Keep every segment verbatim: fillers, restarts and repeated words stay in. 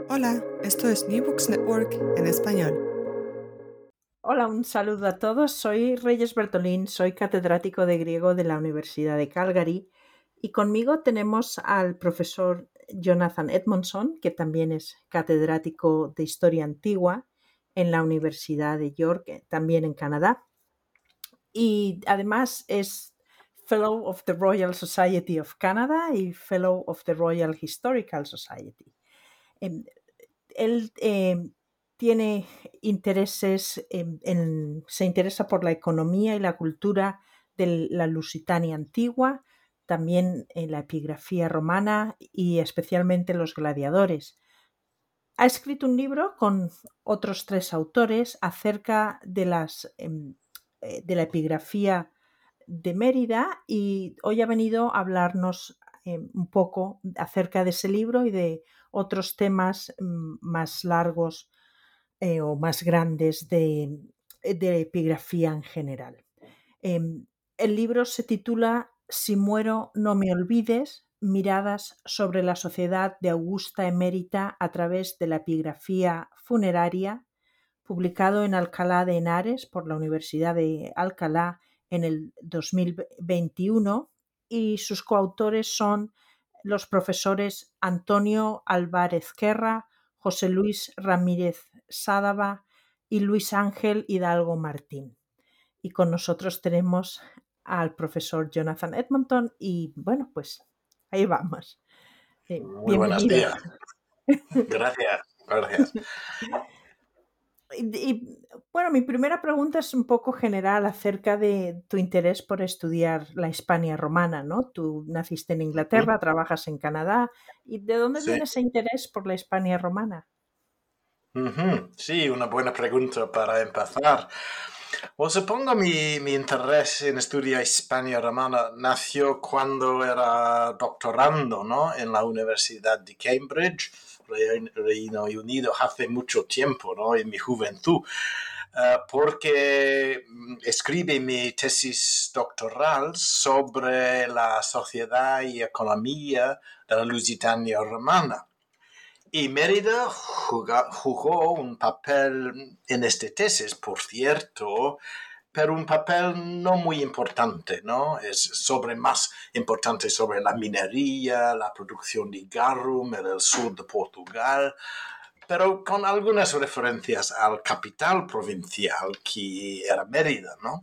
Hola, esto es New Books Network en español. Hola, un saludo a todos. Soy Reyes Bertolín, soy catedrático de griego de la Universidad de Calgary y conmigo tenemos al profesor Jonathan Edmondson, que también es catedrático de Historia Antigua en la Universidad de York, eh, también en Canadá, y además es Fellow of the Royal Society of Canada y Fellow of the Royal Historical Society. Em, Él eh, tiene intereses, en, en, se interesa por la economía y la cultura de la Lusitania antigua, también en la epigrafía romana y especialmente los gladiadores. Ha escrito un libro con otros tres autores acerca de, las, eh, de la epigrafía de Mérida y hoy ha venido a hablarnos eh, un poco acerca de ese libro y de otros temas mm, más largos eh, o más grandes de, de epigrafía en general. Eh, el libro se titula Si muero, no me olvides, miradas sobre la sociedad de Augusta Emérita a través de la epigrafía funeraria, publicado en Alcalá de Henares por la Universidad de Alcalá en el dos mil veintiuno, y sus coautores son los profesores Antonio Álvarez Querra, José Luis Ramírez Sádava y Luis Ángel Hidalgo Martín. Y con nosotros tenemos al profesor Jonathan Edmonton y bueno, pues ahí vamos. Eh, Muy buenos bienvenido. días. Gracias, gracias. Y, y, bueno, mi primera pregunta es un poco general acerca de tu interés por estudiar la Hispania romana, ¿no? Tú naciste en Ujú. Inglaterra, trabajas en Canadá. ¿Y de dónde Sí. viene ese interés por la Hispania romana? Ujú. Sí, una buena pregunta para empezar. Well, supongo mi, mi interés en estudiar Hispania romana nació cuando era doctorando, ¿no? En la Universidad de Cambridge, Reino Reino Unido, hace mucho tiempo, ¿no? En mi juventud. Uh, porque mm, escribe mi tesis doctoral sobre la sociedad y economía de la Lusitania romana. Y Mérida juga, jugó un papel en esta tesis, por cierto, pero un papel no muy importante, ¿no? Es sobre más importante sobre la minería, la producción de garum en el sur de Portugal, pero con algunas referencias al capital provincial que era Mérida, ¿no?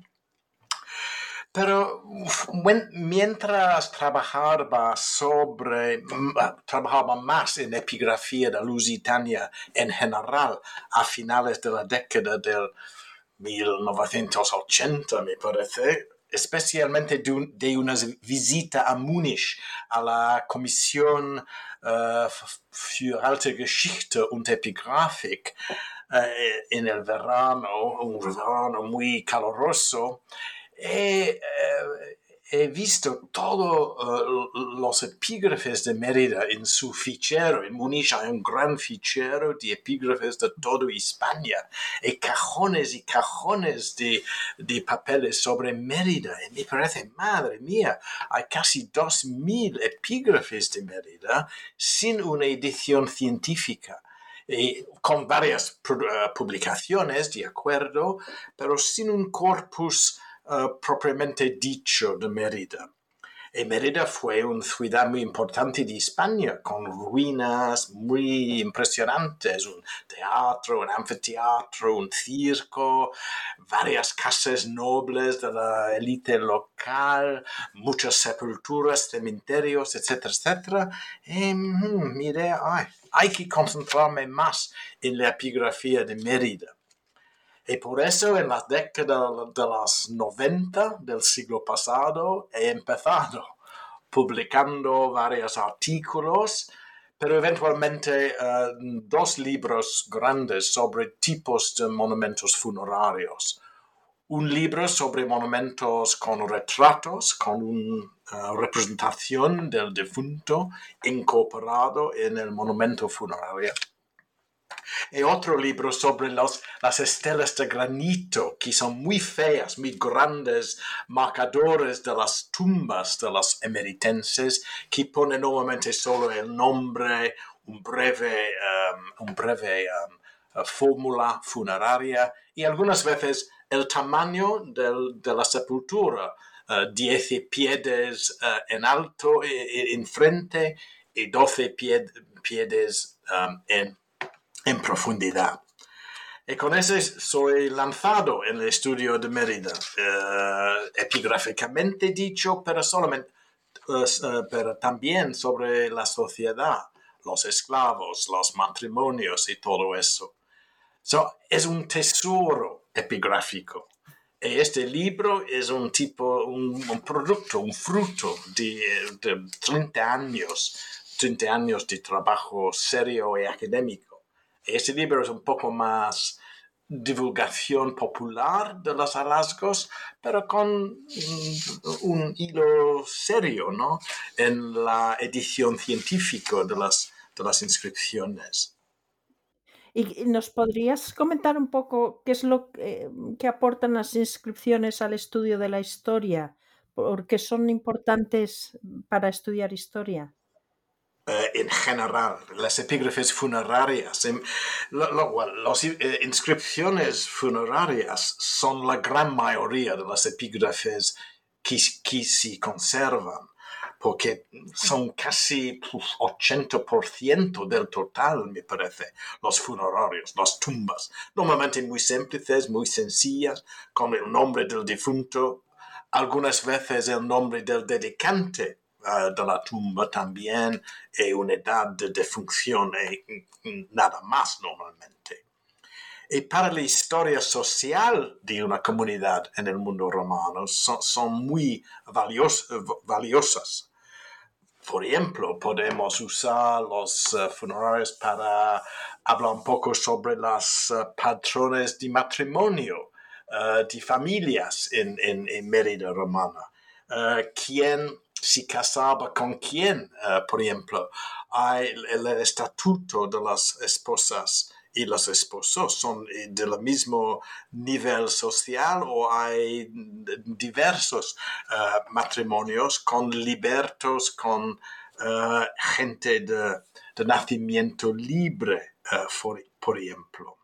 Pero when, mientras trabajaba sobre, trabajaba más en epigrafía de Lusitania en general a finales de la década del mil novecientos ochenta, me parece, especialmente de, un, de una visita a Múnich a la Comisión uh, für alte Geschichte und Epigraphik uh, en el verano, un verano muy caluroso. He, eh, he visto todos uh, los epígrafes de Mérida en su fichero. En Múnich hay un gran fichero de epígrafes de toda Hispania y cajones y cajones de, de papeles sobre Mérida. Y me parece, madre mía, hay casi dos mil epígrafes de Mérida sin una edición científica. Y con varias uh, publicaciones, de acuerdo, pero sin un corpus Uh, propiamente dicho de Mérida. Y Mérida fue una ciudad muy importante de España, con ruinas muy impresionantes, un teatro, un anfiteatro, un circo, varias casas nobles de la élite local, muchas sepulturas, cementerios, etcétera, etcétera. Y mm, mire, ay, hay que concentrarme más en la epigrafía de Mérida. Y por eso en las décadas de los noventa del siglo pasado he empezado publicando varios artículos, pero eventualmente uh, dos libros grandes sobre tipos de monumentos funerarios. Un libro sobre monumentos con retratos, con una uh, representación del difunto incorporado en el monumento funerario. Y otro libro sobre los, las estelas de granito, que son muy feas, muy grandes marcadores de las tumbas de los emeritenses, que ponen normalmente solo el nombre, un breve, um, un breve um, fórmula funeraria y algunas veces el tamaño del, de la sepultura, uh, diez pies uh, en alto, en frente y doce pies, pies um, en, en profundidad. Y con eso soy lanzado en el estudio de Mérida, uh, epigráficamente dicho, pero solamente, uh, uh, pero también sobre la sociedad, los esclavos, los matrimonios y todo eso. So, es un tesoro epigráfico. Y este libro es un tipo, un, un producto, un fruto de, de treinta años, treinta años de trabajo serio y académico. Este libro es un poco más divulgación popular de los hallazgos, pero con un, un hilo serio, ¿no?, en la edición científica de las, de las inscripciones. ¿Y nos podrías comentar un poco qué es lo que, que aportan las inscripciones al estudio de la historia? ¿Por qué son importantes para estudiar historia? Uh, en general, las epígrafes funerarias, en, lo, lo, las eh, inscripciones funerarias son la gran mayoría de las epígrafes que, que se conservan, porque son casi ochenta por ciento del total, me parece, los funerarios, las tumbas, normalmente muy simples, muy sencillas, con el nombre del difunto, algunas veces el nombre del dedicante uh, de la tumba también, y una edad de defunción, y nada más normalmente. Y para la historia social de una comunidad en el mundo romano son, son muy valios, valiosas. Por ejemplo, podemos usar los uh, funerarios para hablar un poco sobre las uh, patrones de matrimonio, uh, de familias en, en, en Mérida romana. Uh, ¿Quién se casaba con quién? Uh, por ejemplo, hay el, el estatuto de las esposas y los esposos son del mismo nivel social, o hay diversos uh, matrimonios con libertos, con uh, gente de, de nacimiento libre, uh, for, por ejemplo.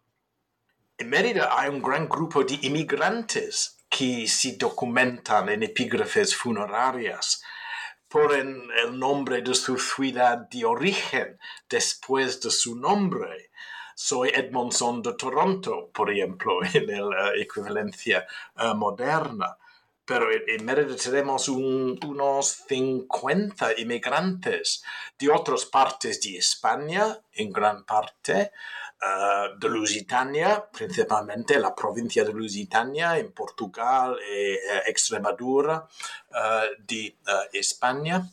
En Mérida hay un gran grupo de inmigrantes que se documentan en epígrafes funerarias por el, el nombre de su ciudad de origen después de su nombre. Soy Edmondson de Toronto, por ejemplo, en la uh, equivalencia uh, moderna. Pero en, en Mérida tenemos un, unos cincuenta inmigrantes de otras partes de España, en gran parte, uh, de Lusitania, principalmente la provincia de Lusitania, en Portugal y uh, Extremadura, uh, de uh, España,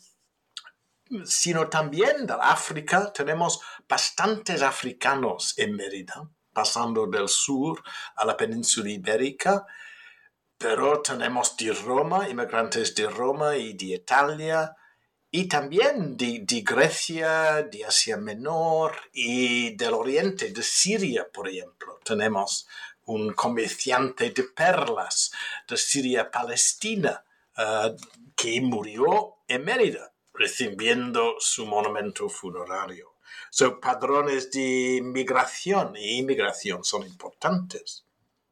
sino también de África. Tenemos bastantes africanos en Mérida, pasando del sur a la península ibérica, pero tenemos de Roma, inmigrantes de Roma y de Italia, y también de, de Grecia, de Asia Menor y del Oriente, de Siria, por ejemplo. Tenemos un comerciante de perlas de Siria-Palestina uh, que murió en Mérida, recibiendo su monumento funerario. So, padrones de migración e inmigración son importantes.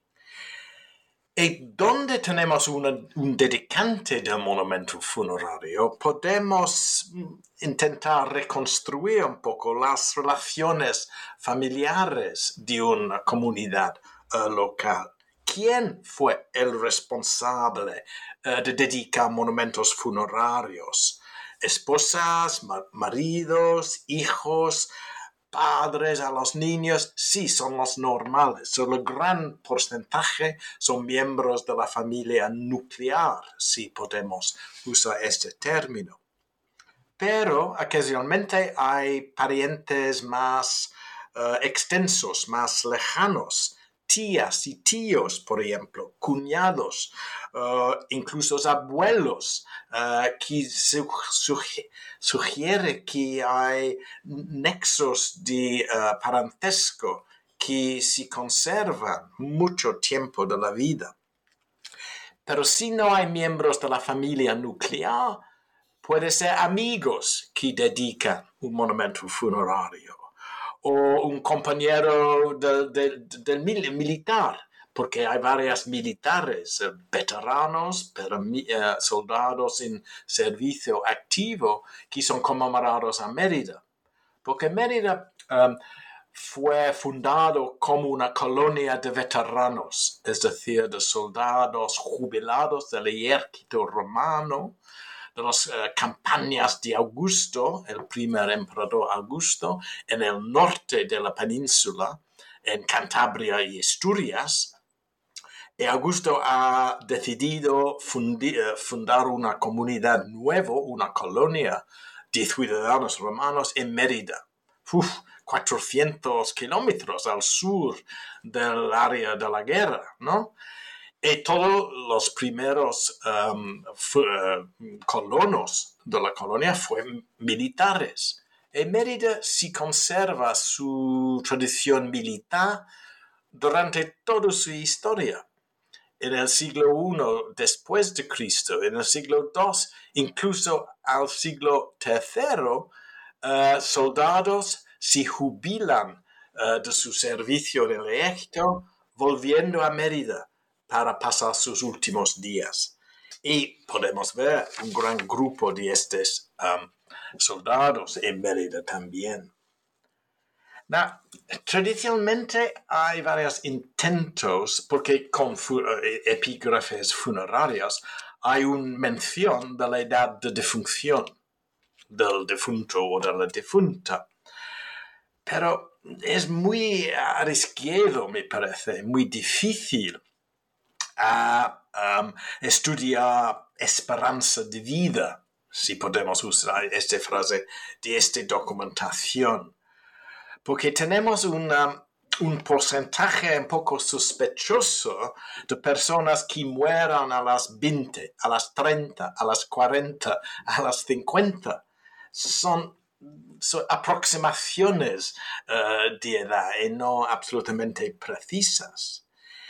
Y donde tenemos una, un dedicante del monumento funerario, podemos intentar reconstruir un poco las relaciones familiares de una comunidad uh, local. ¿Quién fue el responsable uh, de dedicar monumentos funerarios? Esposas, ma- maridos, hijos, padres a los niños, sí, son los normales. So, el gran porcentaje son miembros de la familia nuclear, si podemos usar este término. Pero ocasionalmente hay parientes más uh, extensos, más lejanos, tías y tíos, por ejemplo, cuñados, uh, incluso abuelos, uh, que su, su, sugiere que hay nexos de uh, parentesco que se conservan mucho tiempo de la vida. Pero si no hay miembros de la familia nuclear, puede ser amigos que dedican un monumento funerario. O un compañero del de, de, de militar, porque hay varios militares, eh, veteranos, pero, eh, soldados en servicio activo, que son conmemorados a Mérida. Porque Mérida um, fue fundado como una colonia de veteranos, es decir, de soldados jubilados del ejército romano, de las uh, campañas de Augusto, el primer emperador Augusto, en el norte de la península, en Cantabria y Asturias. Y Augusto ha decidido fundi, uh, fundar una comunidad nueva, una colonia de ciudadanos romanos en Mérida. Uf, cuatrocientos kilómetros al sur del área de la guerra, ¿no? Y todos los primeros um, fu, uh, colonos de la colonia fueron militares. En Mérida sí conserva su tradición militar durante toda su historia. En el siglo primero después de Cristo, en el siglo segundo, incluso al siglo tercero, uh, soldados se jubilan uh, de su servicio en el ejército, volviendo a Mérida para pasar sus últimos días. Y podemos ver un gran grupo de estos um, soldados en Mérida también. Now, tradicionalmente hay varios intentos, porque con fu- epígrafes funerarias hay una mención de la edad de defunción del defunto o de la defunta. Pero es muy arriesgado, me parece, muy difícil a um, estudiar esperanza de vida, si podemos usar esta frase, de esta documentación. Porque tenemos una, un porcentaje un poco sospechoso de personas que mueran a las veinte, a las treinta, a las cuarenta, a las cincuenta. Son, son aproximaciones uh, de edad y no absolutamente precisas.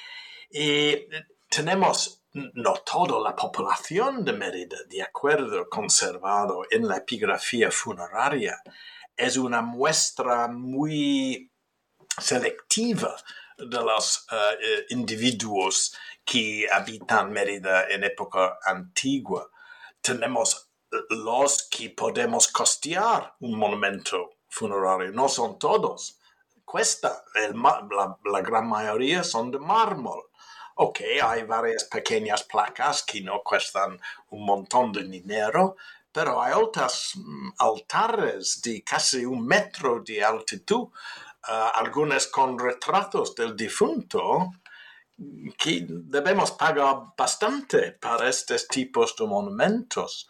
Y tenemos no toda la población de Mérida, de acuerdo, conservado en la epigrafía funeraria. Es una muestra muy selectiva de los uh, individuos que habitan Mérida en época antigua. Tenemos los que podemos costear un monumento funerario, no son todos. Cuesta, el, la, la gran mayoría son de mármol. Ok, hay varias pequeñas placas que no cuestan un montón de dinero, pero hay otros um, altares de casi un metro de altitud, uh, algunos con retratos del difunto, que debemos pagar bastante para estos tipos de monumentos.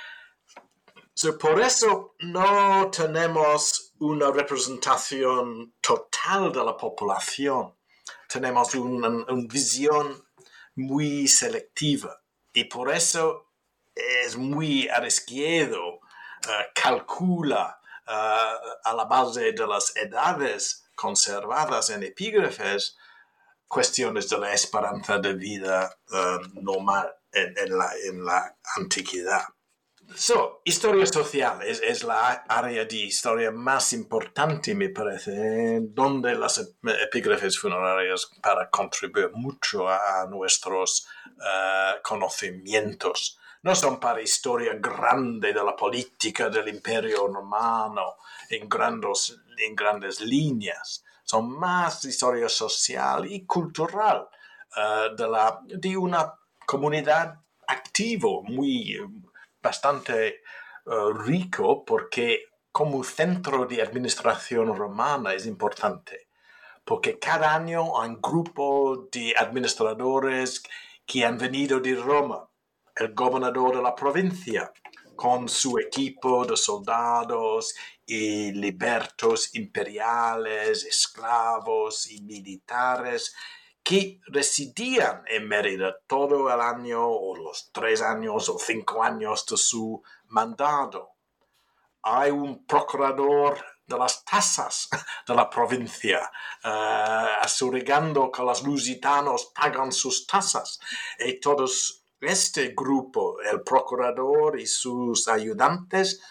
So, por eso no tenemos una representación total de la población. Tenemos una, una visión muy selectiva y por eso es muy arriesgado, uh, calcula uh, a la base de las edades conservadas en epígrafes cuestiones de la esperanza de vida uh, normal en, en, la, en la antigüedad. So, historia social es, es la área de historia más importante, me parece, donde las epígrafes funerarias para contribuir mucho a nuestros uh, conocimientos. No son para historia grande de la política del Imperio Romano en grandes, en grandes líneas. Son más historia social y cultural uh, de, la, de una comunidad activa, muy... bastante uh, rico porque como centro de administración romana es importante, porque cada año hay un grupo de administradores que han venido de Roma, el gobernador de la provincia, con su equipo de soldados y libertos imperiales, esclavos y militares, que residían en Mérida todo el año o los tres años o cinco años de su mandato. Hay un procurador de las tasas de la provincia, uh, asegurando que los lusitanos pagan sus tasas. Y todos este grupo, el procurador y sus ayudantes,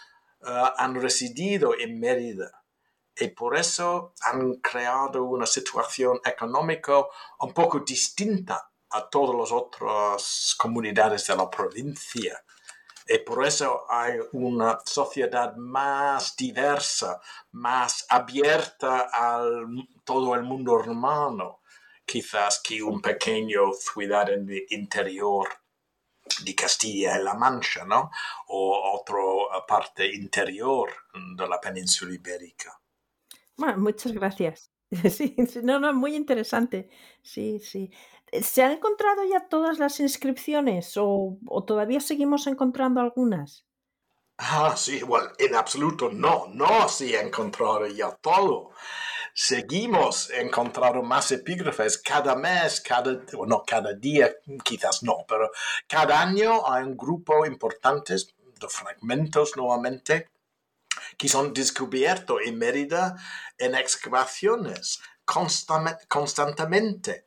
uh, han residido en Mérida y por eso han creado una situación económica un poco distinta a todas las otras comunidades de la provincia. Y por eso hay una sociedad más diversa, más abierta a todo el mundo romano, quizás que una pequeña ciudad en el interior de Castilla y La Mancha, ¿no? O otra parte interior de la península ibérica. Bueno, muchas gracias. Sí, sí, no, no, muy interesante. Sí, sí. ¿Se han encontrado ya todas las inscripciones o, o todavía seguimos encontrando algunas? Ah, sí, bueno, en absoluto no, no se ha encontrado ya todo. Seguimos encontrando más epígrafes cada mes, cada, bueno, no cada día, quizás no, pero cada año hay un grupo importante de fragmentos nuevamente que son descubiertos en Mérida en excavaciones constam- constantemente.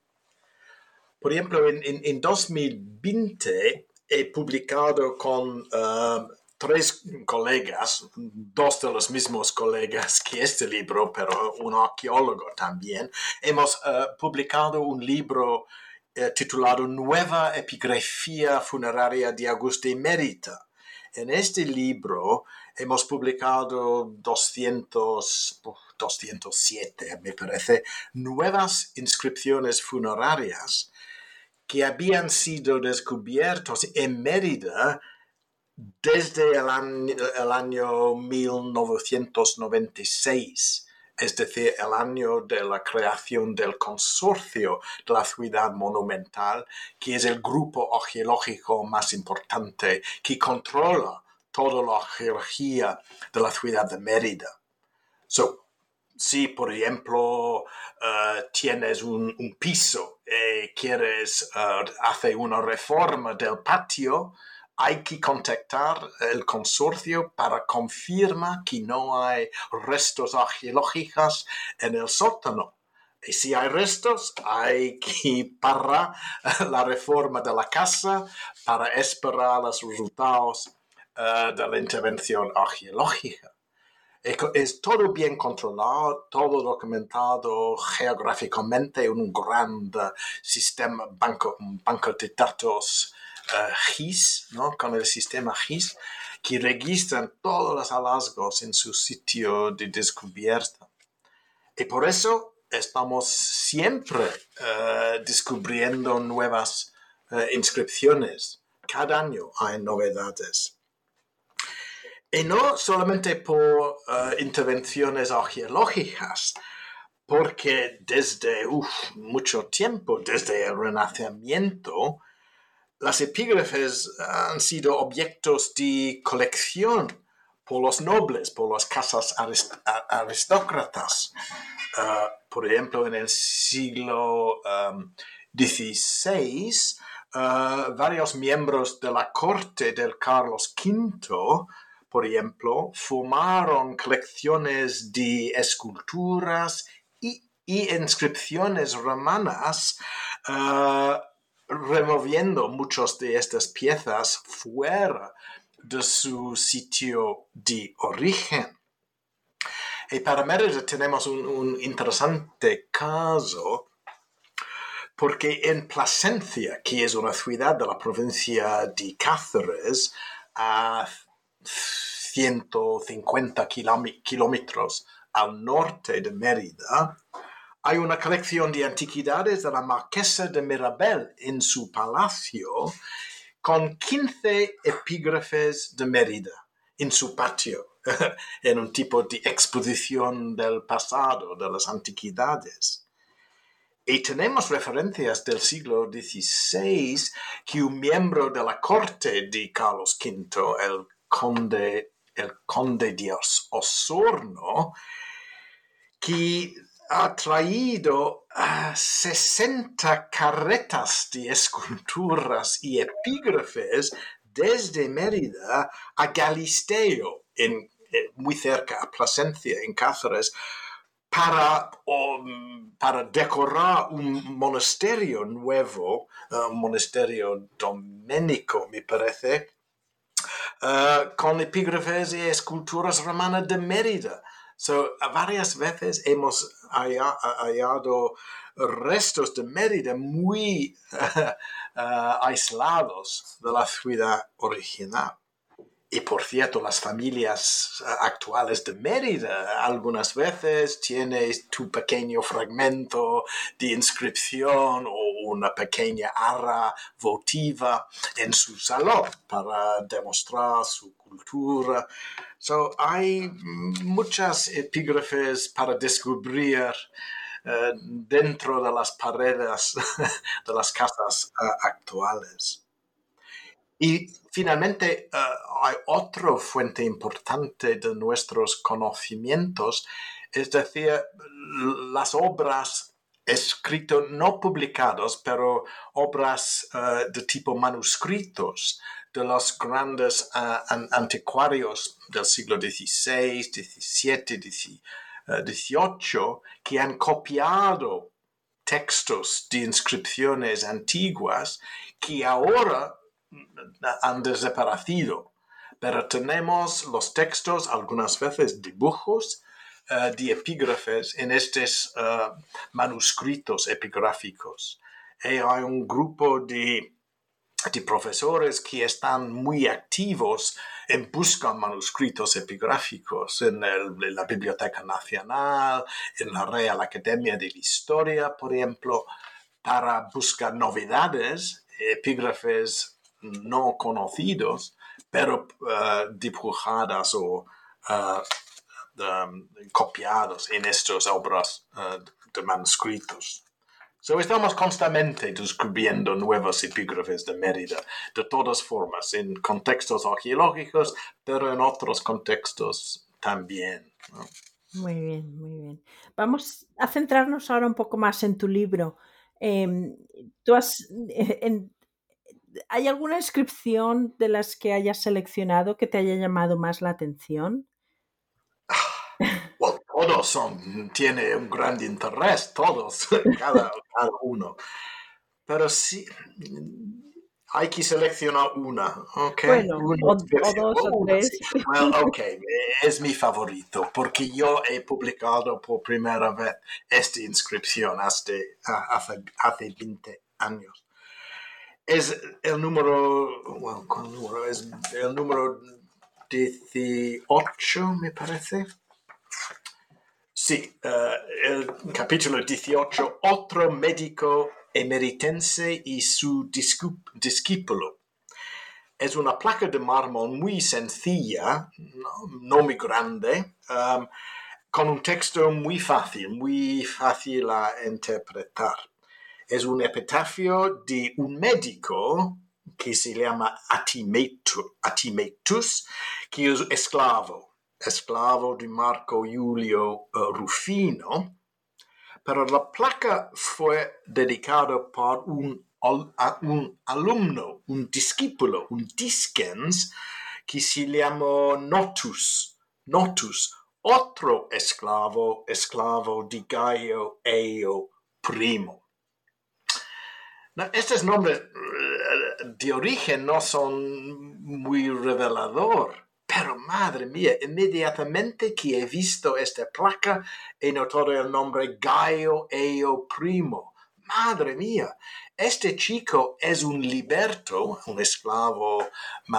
Por ejemplo, en, en, en dos mil veinte he publicado con uh, tres colegas, dos de los mismos colegas que este libro, pero un arqueólogo también, hemos uh, publicado un libro uh, titulado Nueva epigrafía funeraria de Augusta y Mérida. En este libro hemos publicado doscientos, doscientos siete, me parece, nuevas inscripciones funerarias que habían sido descubiertos en Mérida desde el año, el año mil novecientos noventa y seis, es decir, el año de la creación del consorcio de la ciudad monumental, que es el grupo arqueológico más importante que controla toda la arqueología de la ciudad de Mérida. So, si, por ejemplo, uh, tienes un, un piso y quieres uh, hacer una reforma del patio, hay que contactar el consorcio para confirmar que no hay restos arqueológicos en el sótano. Y si hay restos, hay que parar la reforma de la casa para esperar los resultados uh, de la intervención arqueológica. Es todo bien controlado, todo documentado geográficamente en un gran sistema, banco, banco de datos uh, G I S, ¿no? Con el sistema G I S, que registran todos los hallazgos en su sitio de descubierta. Y por eso estamos siempre uh, descubriendo nuevas uh, inscripciones. Cada año hay novedades. Y no solamente por uh, intervenciones arqueológicas, porque desde uf, mucho tiempo, desde el Renacimiento, las epígrafes han sido objetos de colección por los nobles, por las casas arist- aristócratas. Uh, por ejemplo, en el siglo um, dieciséis, uh, varios miembros de la corte del Carlos quinto, por ejemplo, formaron colecciones de esculturas y, y inscripciones romanas, uh, removiendo muchas de estas piezas fuera de su sitio de origen. Y para Mérida tenemos un, un interesante caso, porque en Plasencia, que es una ciudad de la provincia de Cáceres, a ciento cincuenta kilómetros al norte de Mérida, hay una colección de antigüedades de la marquesa de Mirabel en su palacio, con quince epígrafes de Mérida en su patio, en un tipo de exposición del pasado, de las antigüedades. Y tenemos referencias del siglo dieciséis que un miembro de la corte de Carlos quinto, el conde, el conde de Osorno, que ha traído uh, sesenta carretas de esculturas y epígrafes desde Mérida a Galisteo, en, eh, muy cerca, a Plasencia, en Cáceres, para, um, para decorar un monasterio nuevo, uh, un monasterio doménico, me parece, uh, con epígrafes y esculturas romanas de Mérida. So, varias veces hemos hallado restos de Mérida muy uh, uh, aislados de la ciudad original. Y por cierto, las familias actuales de Mérida algunas veces tienes tu pequeño fragmento de inscripción o una pequeña arra votiva en su salón para demostrar su cultura. So, hay muchas epígrafes para descubrir uh, dentro de las paredes de las casas uh, actuales. Y finalmente, uh, hay otra fuente importante de nuestros conocimientos, es decir, las obras escritas, no publicadas, pero obras uh, de tipo manuscritos de los grandes uh, an- anticuarios del siglo dieciséis, diecisiete, dieciocho, que han copiado textos de inscripciones antiguas que ahora han desaparecido, pero tenemos los textos, algunas veces dibujos uh, de epígrafes en estos uh, manuscritos epigráficos. Y hay un grupo de, de profesores que están muy activos en buscar manuscritos epigráficos en, el, en la Biblioteca Nacional, en la Real Academia de la Historia, por ejemplo, para buscar novedades, epígrafes no conocidos, pero uh, dibujadas o uh, um, copiados en estas obras uh, de manuscritos. So, estamos constantemente descubriendo nuevos epígrafes de Mérida, de todas formas, en contextos arqueológicos, pero en otros contextos también, ¿no? Muy bien, muy bien. Vamos a centrarnos ahora un poco más en tu libro. Eh, ¿tú has, en, ¿Hay alguna inscripción de las que hayas seleccionado que te haya llamado más la atención? Well, todos son, tiene un gran interés, todos, cada, cada uno. Pero sí, hay que seleccionar una, ¿ok? Bueno, Una o, o inscripción. dos o Una, tres. sí. Well, ok, es mi favorito, porque yo he publicado por primera vez esta inscripción hace, hace, hace veinte años. Es el número, well, ¿cuál número? Es el número dieciocho, me parece. Sí, uh, el capítulo dieciocho, otro médico emeritense y su discípulo. Es una placa de mármol muy sencilla, no, no muy grande, um, con un texto muy fácil, muy fácil a interpretar. Es un epitafio de un médico que se llama Atimetus, Atimetus que es esclavo. esclavo de Marco Julio uh, Rufino, pero la placa fue dedicada por un, a un alumno, un discípulo, un discens, que se llamó Notus, Notus, otro esclavo, esclavo de Gaio Eio Primo. Estos nombres de origen no son muy reveladores. Pero madre mía, inmediatamente que he visto esta placa, he notado el nombre Gaio Eio Primo. Madre mía, este chico es un liberto, un esclavo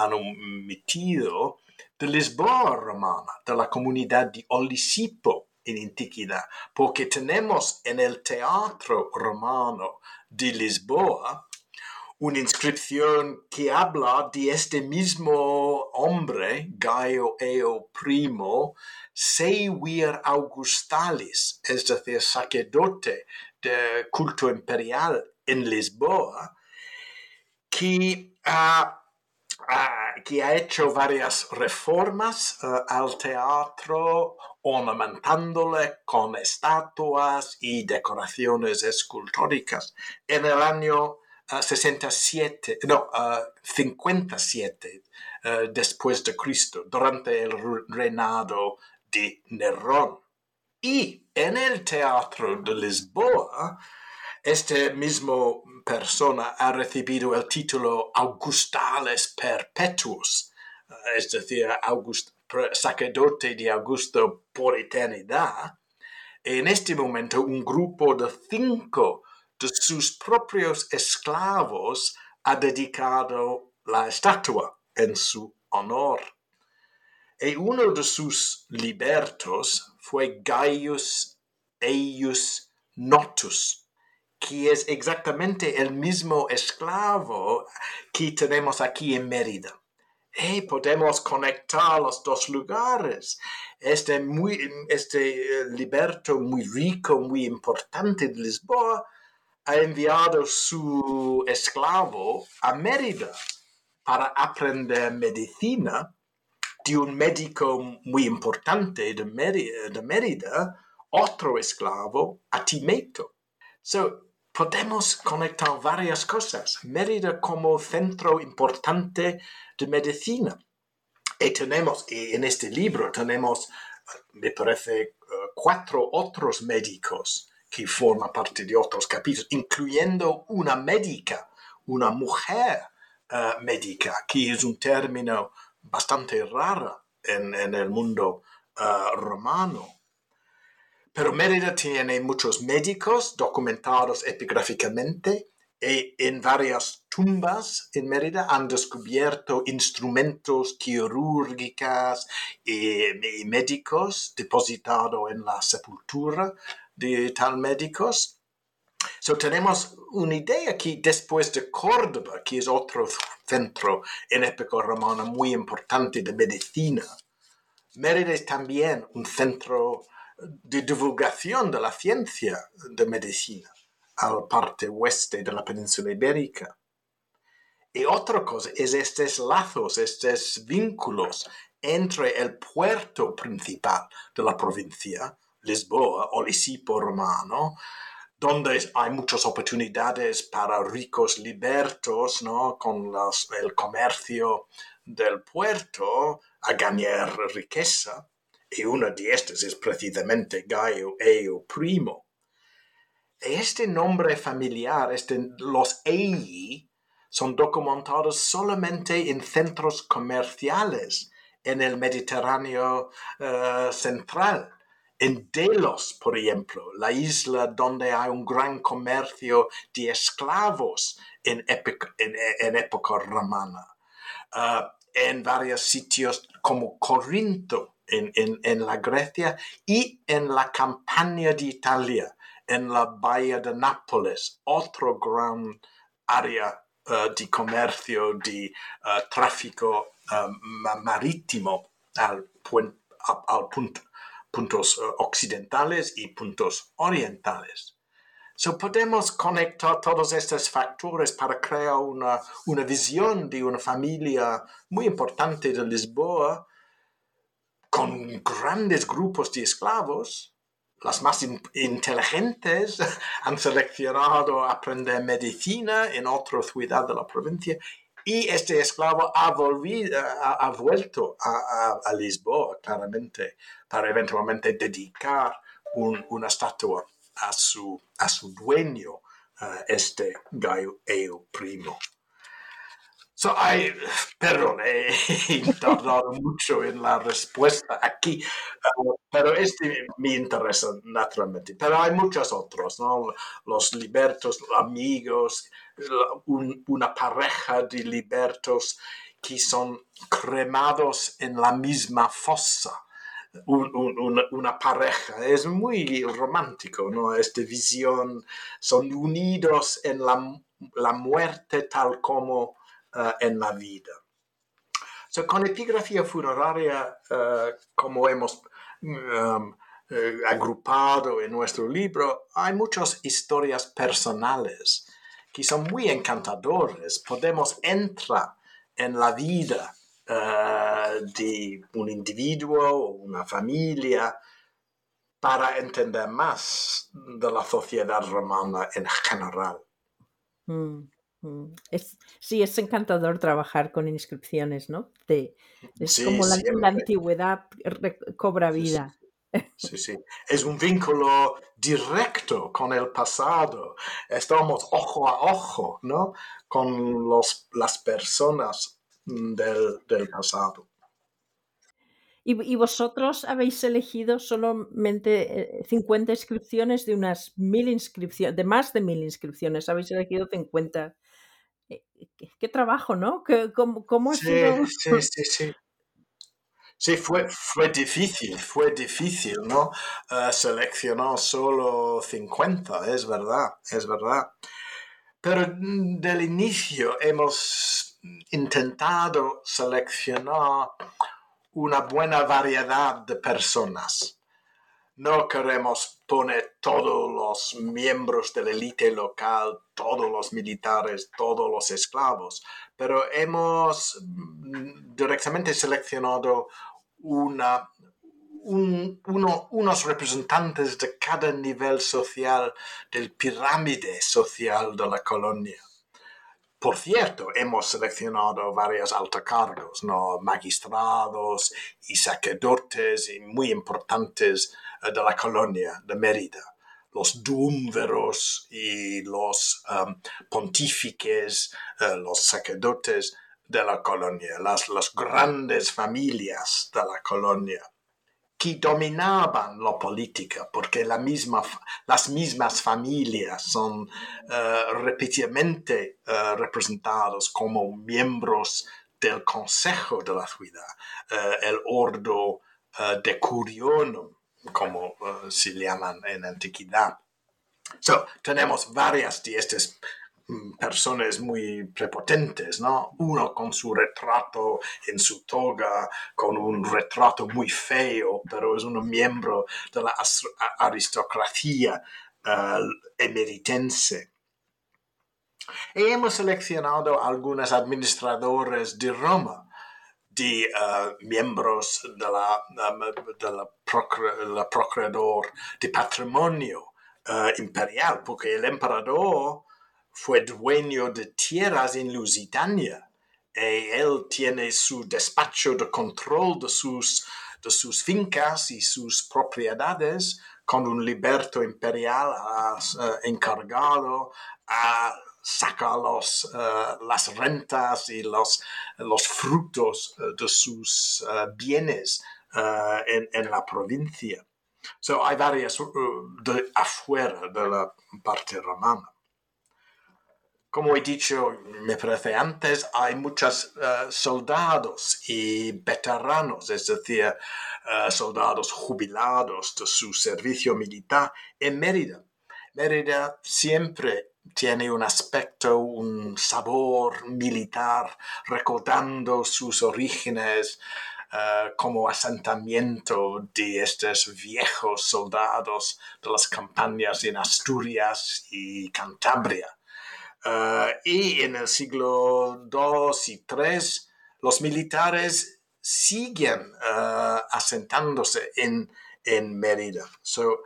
manumitido de Lisboa romana, de la comunidad de Olisipo en antigüedad, porque tenemos en el teatro romano de Lisboa una inscripción que habla de este mismo hombre, Gaio Eio Primo, Seiuir Augustalis, es decir, sacerdote de culto imperial en Lisboa, que, uh, uh, que ha hecho varias reformas uh, al teatro, ornamentándole con estatuas y decoraciones escultóricas. En el año Uh, sesenta y siete, no, uh, cincuenta y siete uh, después de Cristo, durante el reinado de Nerón. Y en el teatro de Lisboa, este mismo persona ha recibido el título Augustales Perpetuus, es decir, Augusto, sacerdote de Augusto por eternidad, en este momento un grupo de cinco de sus propios esclavos ha dedicado la estatua en su honor. Y uno de sus libertos fue Gaius Eius Notus, que es exactamente el mismo esclavo que tenemos aquí en Mérida. Y podemos conectar los dos lugares. Este, muy, este liberto muy rico, muy importante de Lisboa, ha enviado su esclavo a Mérida para aprender medicina de un médico muy importante de Mérida, de Mérida otro esclavo, Atimeto. So, podemos conectar varias cosas. Mérida como centro importante de medicina. Y tenemos, y en este libro tenemos, me parece, cuatro otros médicos que forman parte de otros capítulos, incluyendo una médica, una mujer uh, médica, que es un término bastante raro en, en el mundo uh, romano. Pero Mérida tiene muchos médicos documentados epigráficamente y en varias tumbas en Mérida han descubierto instrumentos quirúrgicos y, y médicos depositados en la sepultura de tal médicos. So, tenemos una idea que después de Córdoba, que es otro centro en época romana muy importante de medicina, Mérida es también un centro de divulgación de la ciencia de medicina a la parte oeste de la península ibérica. Y otra cosa es estos lazos, estos vínculos entre el puerto principal de la provincia, Lisboa o Lisipo romano, donde hay muchas oportunidades para ricos libertos, ¿no? Con las, el comercio del puerto a ganar riqueza. Y una de estas es precisamente Gaio Eio Primo. Este nombre familiar, este, los Ei, son documentados solamente en centros comerciales en el Mediterráneo uh, central. En Delos, por ejemplo, la isla donde hay un gran comercio de esclavos en época, en, en época romana. Uh, en varios sitios como Corinto, En, en, en la Grecia y en la Campania de Italia, en la bahía de Nápoles, otro gran área uh, de comercio, de uh, tráfico uh, marítimo al, puen, al, al punto, puntos uh, occidentales y puntos orientales. So, podemos conectar todos estos factores para crear una, una visión de una familia muy importante de Lisboa, con grandes grupos de esclavos. Las más in- inteligentes han seleccionado aprender medicina en otra ciudad de la provincia y este esclavo ha, volvido, ha, ha vuelto a, a, a Lisboa, claramente, para eventualmente dedicar un, una estatua a su, a su dueño, uh, este Gaio Eio Primo. So, I, perdón, he tardado mucho en la respuesta aquí, uh, pero este me interesa naturalmente. Pero hay muchos otros, ¿no? Los libertos, amigos, un, una pareja de libertos que son cremados en la misma fosa. Un, un, una, una pareja, es muy romántico, ¿no? Esta visión, son unidos en la, la muerte tal como Uh, en la vida. So, con epigrafía funeraria, uh, como hemos um, uh, agrupado en nuestro libro, hay muchas historias personales que son muy encantadoras. Podemos entrar en la vida uh, de un individuo o una familia para entender más de la sociedad romana en general. Mm. Es, sí, es encantador trabajar con inscripciones, ¿no? De, es sí, como la, la antigüedad cobra vida. Sí, sí. sí, sí. Es un vínculo directo con el pasado. Estamos ojo a ojo, ¿no? Con los, las personas del, del pasado. Y, y vosotros habéis elegido solamente cincuenta inscripciones de unas mil inscripciones, de más de mil inscripciones, habéis elegido cincuenta. ¿Qué, qué trabajo, ¿no? ¿Qué, cómo, cómo ha Sí, sido? sí, sí, sí. Sí, fue, fue difícil, fue difícil, ¿no? Uh, seleccionó solo cincuenta, es verdad, es verdad. Pero del inicio hemos intentado seleccionar una buena variedad de personas. No queremos poner todos los miembros de la élite local, todos los militares, todos los esclavos, pero hemos directamente seleccionado una, un, uno, unos representantes de cada nivel social del pirámide social de la colonia. Por cierto, hemos seleccionado varios altos cargos, ¿no? Magistrados y sacerdotes y muy importantes uh, de la colonia de Mérida. Los duúmviros y los um, pontífices, uh, los sacerdotes de la colonia, las, las grandes familias de la colonia, que dominaban la política, porque la misma, las mismas familias son uh, repetidamente uh, representados como miembros del Consejo de la Ciudad, uh, el Ordo uh, Decurionum, como uh, se llaman en la antigüedad. So, tenemos varias de estas personas muy prepotentes, ¿no? Uno con su retrato en su toga, con un retrato muy feo, pero es un miembro de la aristocracia uh, emeritense. Y hemos seleccionado algunos administradores de Roma, de uh, miembros de la, um, de la, procre, la procurador de patrimonio uh, imperial, porque el emperador fue dueño de tierras en Lusitania y él tiene su despacho de control de sus, de sus fincas y sus propiedades con un liberto imperial uh, encargado a sacar los, uh, las rentas y los, los frutos de sus uh, bienes uh, en, en la provincia. So, hay varias uh, de afuera de la parte romana. Como he dicho, me parece antes, hay muchos uh, soldados y veteranos, es decir, uh, soldados jubilados de su servicio militar en Mérida. Mérida siempre tiene un aspecto, un sabor militar, recordando sus orígenes uh, como asentamiento de estos viejos soldados de las campañas en Asturias y Cantabria. Uh, y en el siglo dos y tres, los militares siguen uh, asentándose en, en Mérida. So,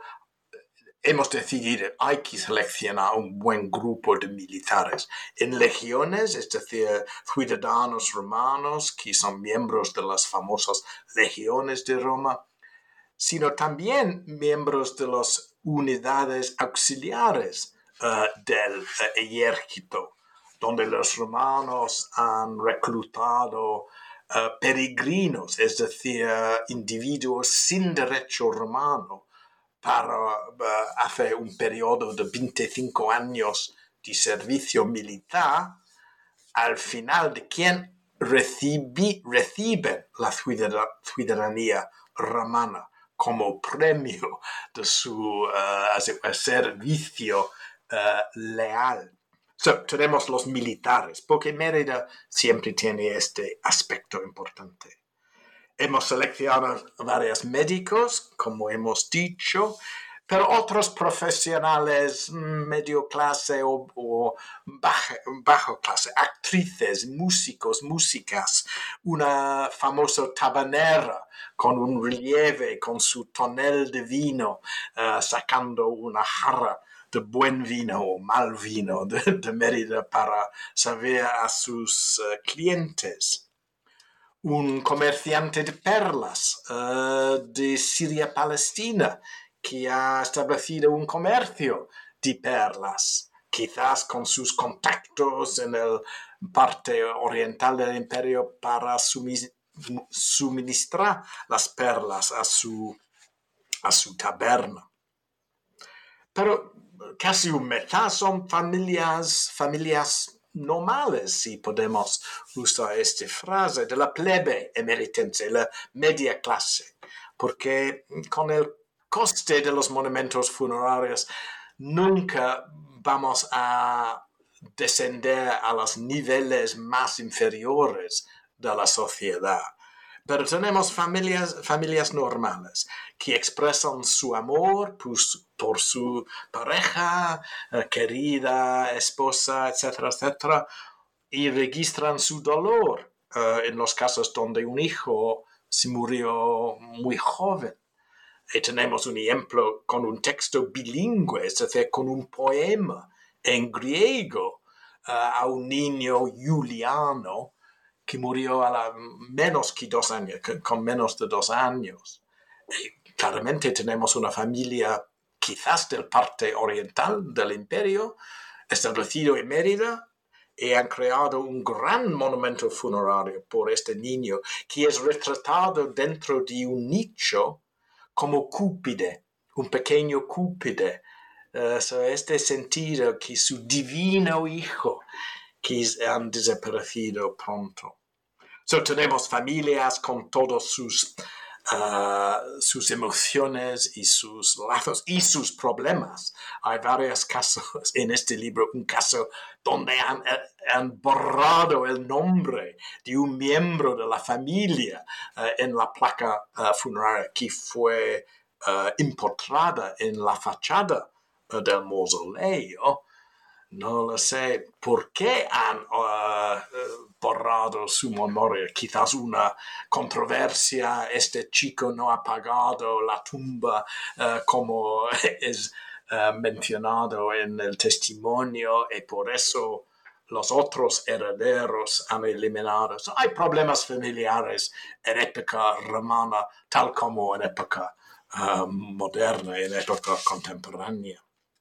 hemos decidido, hay que seleccionar un buen grupo de militares en legiones, es decir, ciudadanos romanos que son miembros de las famosas legiones de Roma, sino también miembros de las unidades auxiliares Uh, del uh, ejército, donde los romanos han reclutado uh, peregrinos, es decir, uh, individuos sin derecho romano, para uh, hacer un periodo de veinticinco años de servicio militar, al final de quien recibe, recibe la ciudadanía romana como premio de su uh, servicio Uh, leal. So, tenemos los militares, porque Mérida siempre tiene este aspecto importante. Hemos seleccionado varios médicos, como hemos dicho, pero otros profesionales medio clase o, o baja, bajo clase, actrices, músicos, músicas, una famosa tabanera con un relieve, con su tonel de vino, uh, sacando una jarra de buen vino o mal vino de, de Mérida para servir a sus uh, clientes. Un comerciante de perlas uh, de Siria-Palestina que ha establecido un comercio de perlas quizás con sus contactos en la parte oriental del imperio para suministrar las perlas a su, a su taberna. Pero casi un mitad son familias, familias normales, si podemos usar esta frase, de la plebe emeritense, la media clase, porque con el coste de los monumentos funerarios nunca vamos a descender a los niveles más inferiores de la sociedad. Pero tenemos familias, familias normales que expresan su amor por su, por su pareja, eh, querida, esposa, etcétera, etcétera, y registran su dolor eh, en los casos donde un hijo se murió muy joven. Y tenemos un ejemplo con un texto bilingüe, es decir, con un poema en griego uh, a un niño Juliano que murió a la, menos que dos años, con menos de dos años. Y claramente tenemos una familia quizás del parte oriental del imperio, establecido en Mérida, y han creado un gran monumento funerario por este niño, que es retratado dentro de un nicho como Cúpide, un pequeño Cúpide. Uh, so este sentido que su divino hijo, que han desaparecido pronto. So, tenemos familias con todos sus, uh, sus emociones y sus lazos y sus problemas. Hay varios casos en este libro, un caso donde han, han borrado el nombre de un miembro de la familia uh, en la placa uh, funeraria que fue uh, empotrada en la fachada uh, del mausoleo. No lo sé por qué han uh, borrado su memoria. Quizás una controversia. Este chico no ha pagado la tumba uh, como es uh, mencionado en el testimonio y por eso los otros herederos han eliminado. So, hay problemas familiares en época romana, tal como en época uh, moderna, en época contemporánea.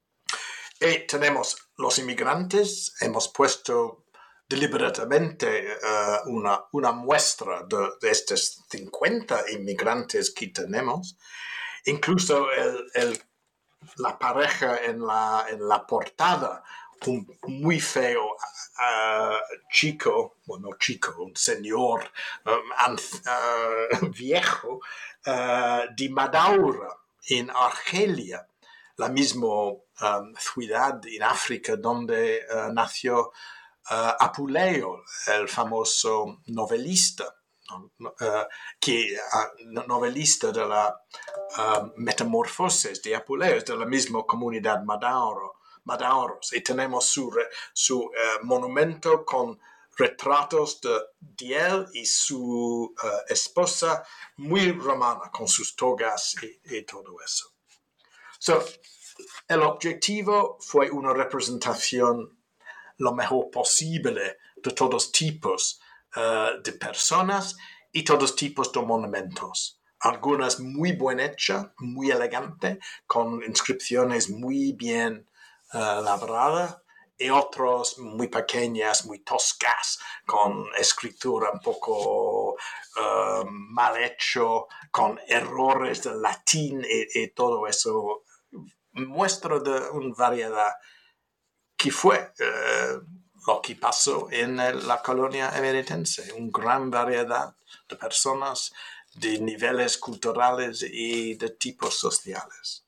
Y tenemos los inmigrantes, hemos puesto deliberadamente uh, una, una muestra de, de estos cincuenta inmigrantes que tenemos. Incluso el, el, la pareja en la, en la portada, un muy feo uh, chico, bueno, chico, un señor um, uh, viejo uh, de Madaura, en Argelia, la misma um, ciudad en África donde uh, nació uh, Apuleo, el famoso novelista, uh, que, uh, novelista de la uh, Metamorfosis de Apuleo, de la misma comunidad Madauro, Madauros, y tenemos su, su uh, monumento con retratos de, de él y su uh, esposa, muy romana, con sus togas y, y todo eso. So, el objetivo fue una representación lo mejor posible de todos tipos uh, de personas y todos tipos de monumentos. Algunas muy bien hechas, muy elegantes, con inscripciones muy bien uh, labradas, y otros muy pequeñas, muy toscas, con escritura un poco uh, mal hecho, con errores de latín y, y todo eso. Muestra de una variedad que fue eh, lo que pasó en el, la colonia emeritense, una gran variedad de personas, de niveles culturales y de tipos sociales.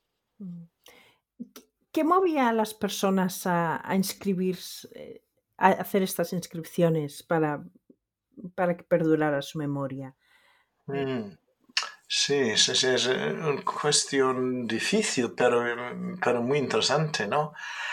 ¿Qué movía a las personas a, a inscribirse, a hacer estas inscripciones para, para que perdurara su memoria? Mm. Sí, sí, sí, es una cuestión difícil, pero, pero muy interesante, ¿no?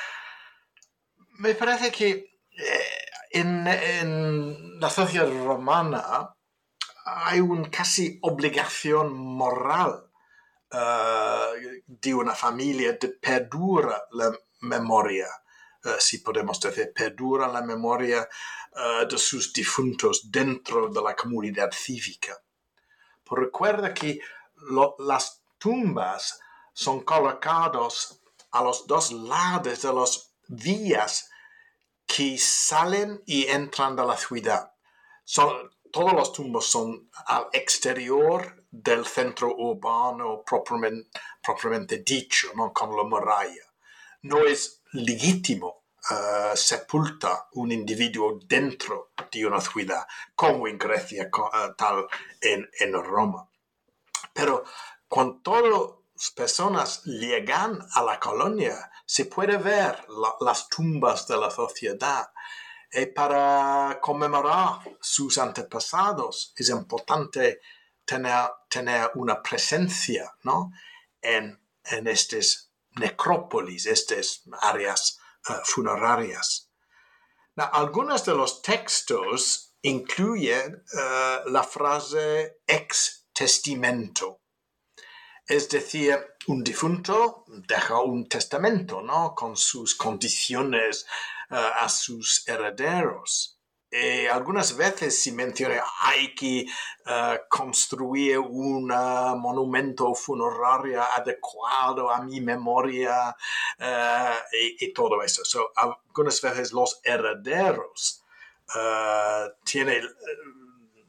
Me parece que eh, en, en la sociedad romana hay una casi obligación moral uh, de una familia de perdurar la memoria, uh, si podemos decir, perdura la memoria uh, de sus difuntos dentro de la comunidad cívica. Pero recuerda que lo, las tumbas son colocadas a los dos lados de los vías que salen y entran de la ciudad. Son, todos los tumbos son al exterior del centro urbano propiamente, propiamente dicho, ¿no? Con la muralla. No es legítimo uh, sepultar un individuo dentro de una ciudad, como en Grecia, uh, tal en, en Roma. Pero cuando todas las personas llegan a la colonia, se puede ver la, las tumbas de la sociedad. Y para conmemorar sus antepasados es importante tener, tener una presencia, ¿no? en, en estas necrópolis, estas áreas uh, funerarias. Now, algunos de los textos incluyen uh, la frase ex testamento. Es decir, un difunto deja un testamento, ¿no? Con sus condiciones uh, a sus herederos. Y algunas veces se menciona hay que uh, construir un uh, monumento funerario adecuado a mi memoria uh, y, y todo eso. So, algunas veces los herederos uh, tienen... Uh,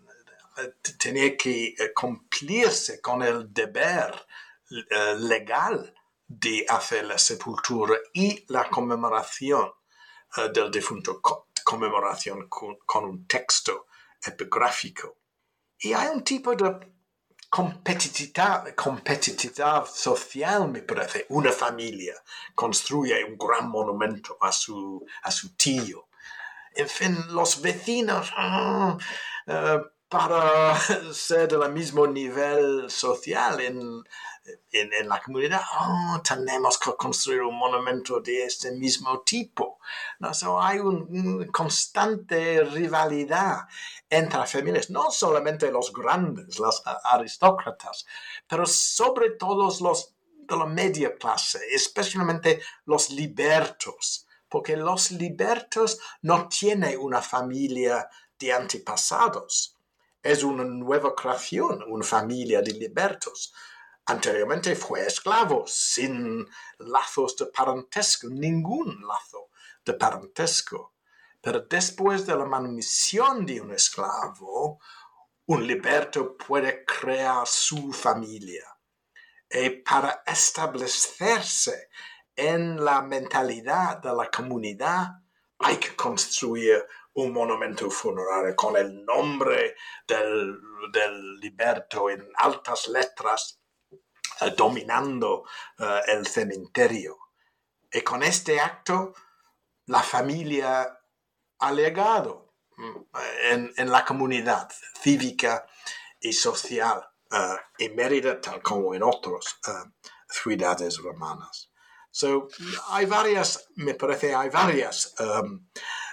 tenía que cumplirse con el deber uh, legal de hacer la sepultura y la conmemoración uh, del difunto, conmemoración con, con un texto epigráfico. Y hay un tipo de competitividad, competitividad social, me parece. Una familia construye un gran monumento a su, a su tío. En fin, los vecinos... Uh, uh, para ser del mismo nivel social en, en, en la comunidad, oh, tenemos que construir un monumento de este mismo tipo. ¿No? So, hay una un constante rivalidad entre familias, no solamente los grandes, los aristócratas, pero sobre todo los de la media clase, especialmente los libertos, porque los libertos no tienen una familia de antepasados. Es una nueva creación, una familia de libertos. Anteriormente fue esclavo, sin lazos de parentesco, ningún lazo de parentesco. Pero después de la manumisión de un esclavo, un liberto puede crear su familia. Y para establecerse en la mentalidad de la comunidad, hay que construir un monumento funerario con el nombre del, del liberto en altas letras, uh, dominando uh, el cementerio. Y con este acto, la familia ha legado en, en la comunidad cívica y social uh, en Mérida, tal como en otras uh, ciudades romanas. So, hay varias, me parece, hay varias um,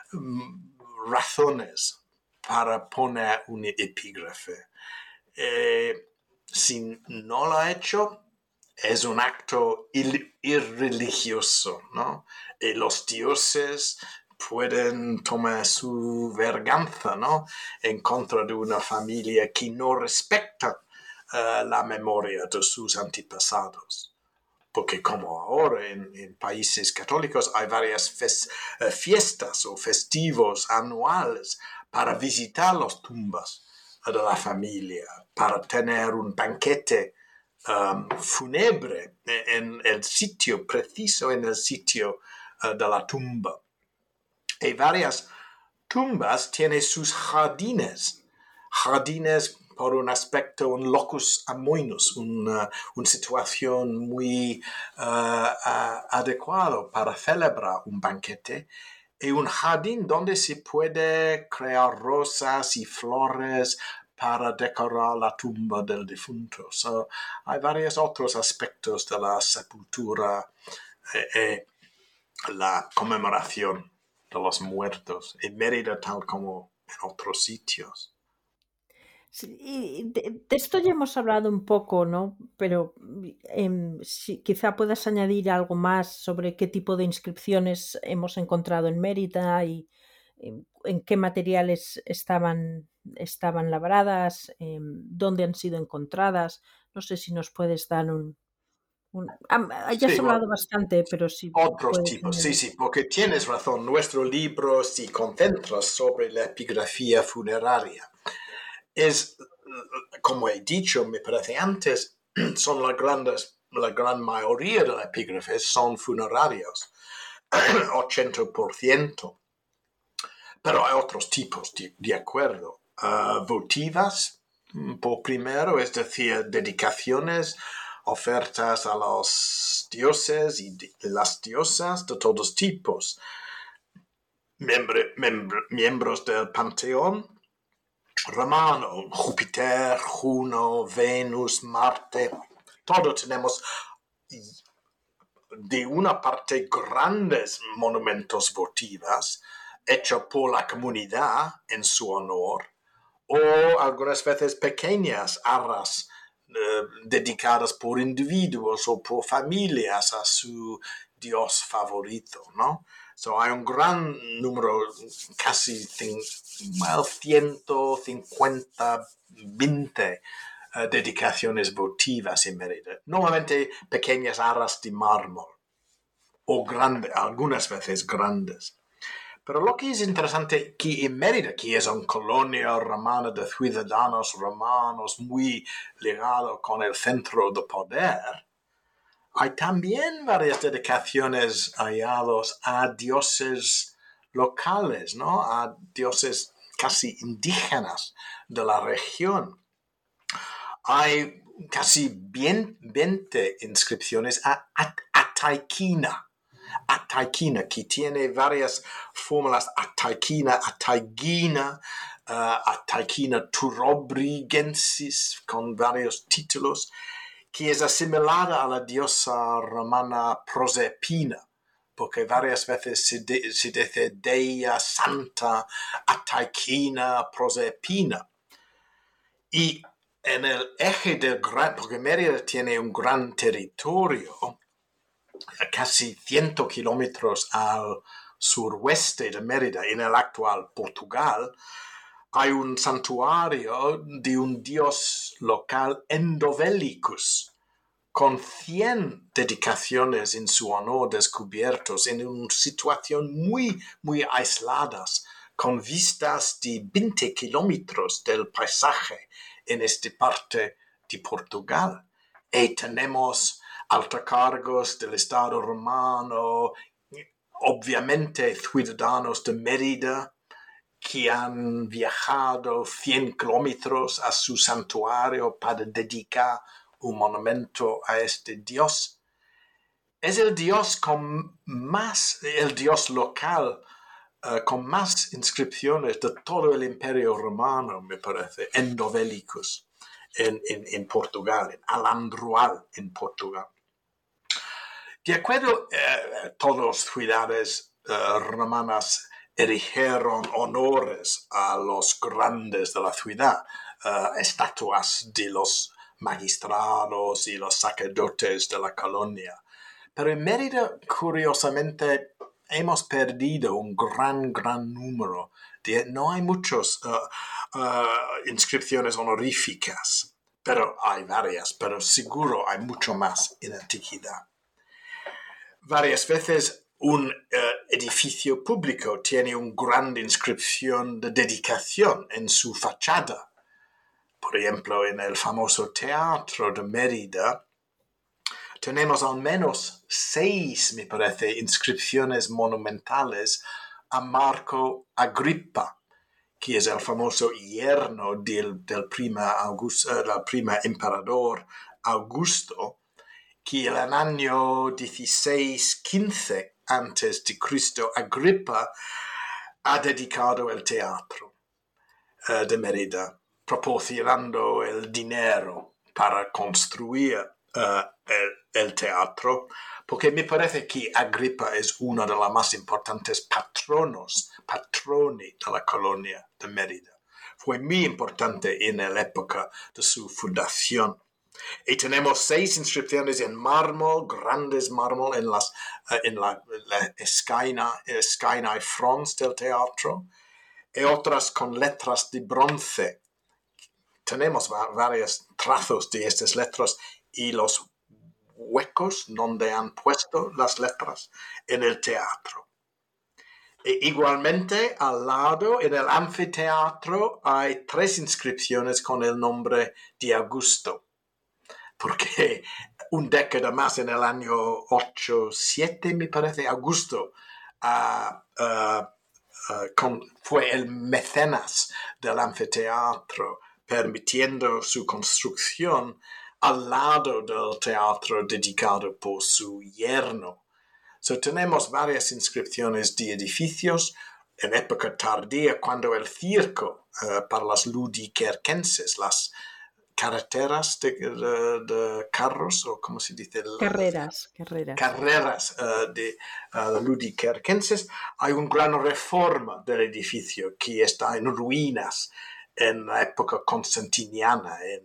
razones para poner un epígrafe. Eh, si no lo ha hecho, es un acto ir- irreligioso, ¿no? Y los dioses pueden tomar su venganza, ¿no? En contra de una familia que no respecta uh, la memoria de sus antepasados. Porque como ahora en, en países católicos hay varias fes, uh, fiestas o festivos anuales para visitar las tumbas de la familia, para tener un banquete um, fúnebre en el sitio preciso, en el sitio uh, de la tumba. Y varias tumbas tienen sus jardines, jardines por un aspecto, un locus amoenus, una, una situación muy uh, uh, adecuado para celebrar un banquete, y un jardín donde se puede crear rosas y flores para decorar la tumba del difunto. So, hay varios otros aspectos de la sepultura y eh, eh, la conmemoración de los muertos en Mérida, tal como en otros sitios. Sí, y de, de esto ya hemos hablado un poco, ¿no? Pero eh, si, quizá puedas añadir algo más sobre qué tipo de inscripciones hemos encontrado en Mérida y eh, en qué materiales estaban, estaban labradas, eh, dónde han sido encontradas. No sé si nos puedes dar un, Un, ah, ya has Sí, hablado bueno, bastante, pero si otros puedes tipos, sí, añadir. sí, porque tienes razón. Nuestro libro se concentra sobre la epigrafía funeraria. Es, como he dicho, me parece antes, son las grandes, la gran mayoría de los epígrafes son funerarios, ochenta por ciento. Pero hay otros tipos, de, de acuerdo. Uh, votivas, por primero, es decir, dedicaciones, ofertas a los dioses y de, las diosas de todos tipos. Miembre, miembr, miembros del panteón romano, Júpiter, Juno, Venus, Marte, todo tenemos de una parte grandes monumentos votivas hechos por la comunidad en su honor, o algunas veces pequeñas arras eh, dedicadas por individuos o por familias a su dios favorito, ¿no? So, hay un gran número, casi well, ciento cincuenta, veinte uh, dedicaciones votivas en Mérida. Normalmente pequeñas arras de mármol o grandes, algunas veces grandes. Pero lo que es interesante que en Mérida, que es una colonia romana de ciudadanos romanos muy ligado con el centro de poder, hay también varias dedicaciones halladas a dioses locales, ¿no? A dioses casi indígenas de la región. Hay casi veinte inscripciones a Ataikina. Ataikina, que tiene varias fórmulas, Ataikina, Ataigina, uh, Ataikina turobrigensis, con varios títulos, que es asimilada a la diosa romana Proserpina, porque varias veces se, de, se dice Dea Santa Ataikina Proserpina. Y en el eje del gran, porque Mérida tiene un gran territorio, casi cien kilómetros al suroeste de Mérida, en el actual Portugal, hay un santuario de un dios local Endovelicus, con cien dedicaciones en su honor descubiertos en una situación muy, muy aisladas, con vistas de veinte kilómetros del paisaje en esta parte de Portugal. Y tenemos altacargos del Estado romano, obviamente ciudadanos de Mérida, que han viajado cien kilómetros a su santuario para dedicar un monumento a este dios. Es el dios con más, el dios local uh, con más inscripciones de todo el Imperio Romano, me parece, Endovelicus en, en, en Portugal, en Alandrual en Portugal. De acuerdo, eh, todas las ciudades eh, romanas erigieron honores a los grandes de la ciudad, uh, estatuas de los magistrados y los sacerdotes de la colonia. Pero en Mérida, curiosamente, hemos perdido un gran, gran número. De, no hay muchas uh, uh, inscripciones honoríficas, pero hay varias, pero seguro hay mucho más en la antigüedad. Varias veces un uh, edificio público tiene una gran inscripción de dedicación en su fachada. Por ejemplo, en el famoso Teatro de Mérida, tenemos al menos seis, me parece, inscripciones monumentales a Marco Agrippa, que es el famoso yerno del, del, prima, Augusto, uh, del prima emperador Augusto, que en el año dieciséis quince antes de Cristo, Agrippa ha dedicado el teatro uh, de Mérida, proporcionando el dinero para construir uh, el, el teatro, porque me parece que Agrippa es uno de los más importantes patronos, patroni de la colonia de Mérida. Fue muy importante en la época de su fundación. Y tenemos seis inscripciones en mármol, grandes mármol en, las, uh, en la, la esquina, esquina y fronts del teatro, y otras con letras de bronce. Tenemos va- varios trazos de estas letras y los huecos donde han puesto las letras en el teatro. E igualmente, al lado, en el anfiteatro, hay tres inscripciones con el nombre de Augusto, porque un década más, en el año ochenta y siete, me parece, Augusto uh, uh, uh, con, fue el mecenas del anfiteatro, permitiendo su construcción al lado del teatro dedicado por su yerno. So, tenemos varias inscripciones de edificios en época tardía, cuando el circo uh, para las ludiquerquenses, las carreteras de, de, de carros, o como se dice, carreras, carreras, carreras uh, de uh, ludiquerquenses, hay una gran reforma del edificio que está en ruinas en la época constantiniana, en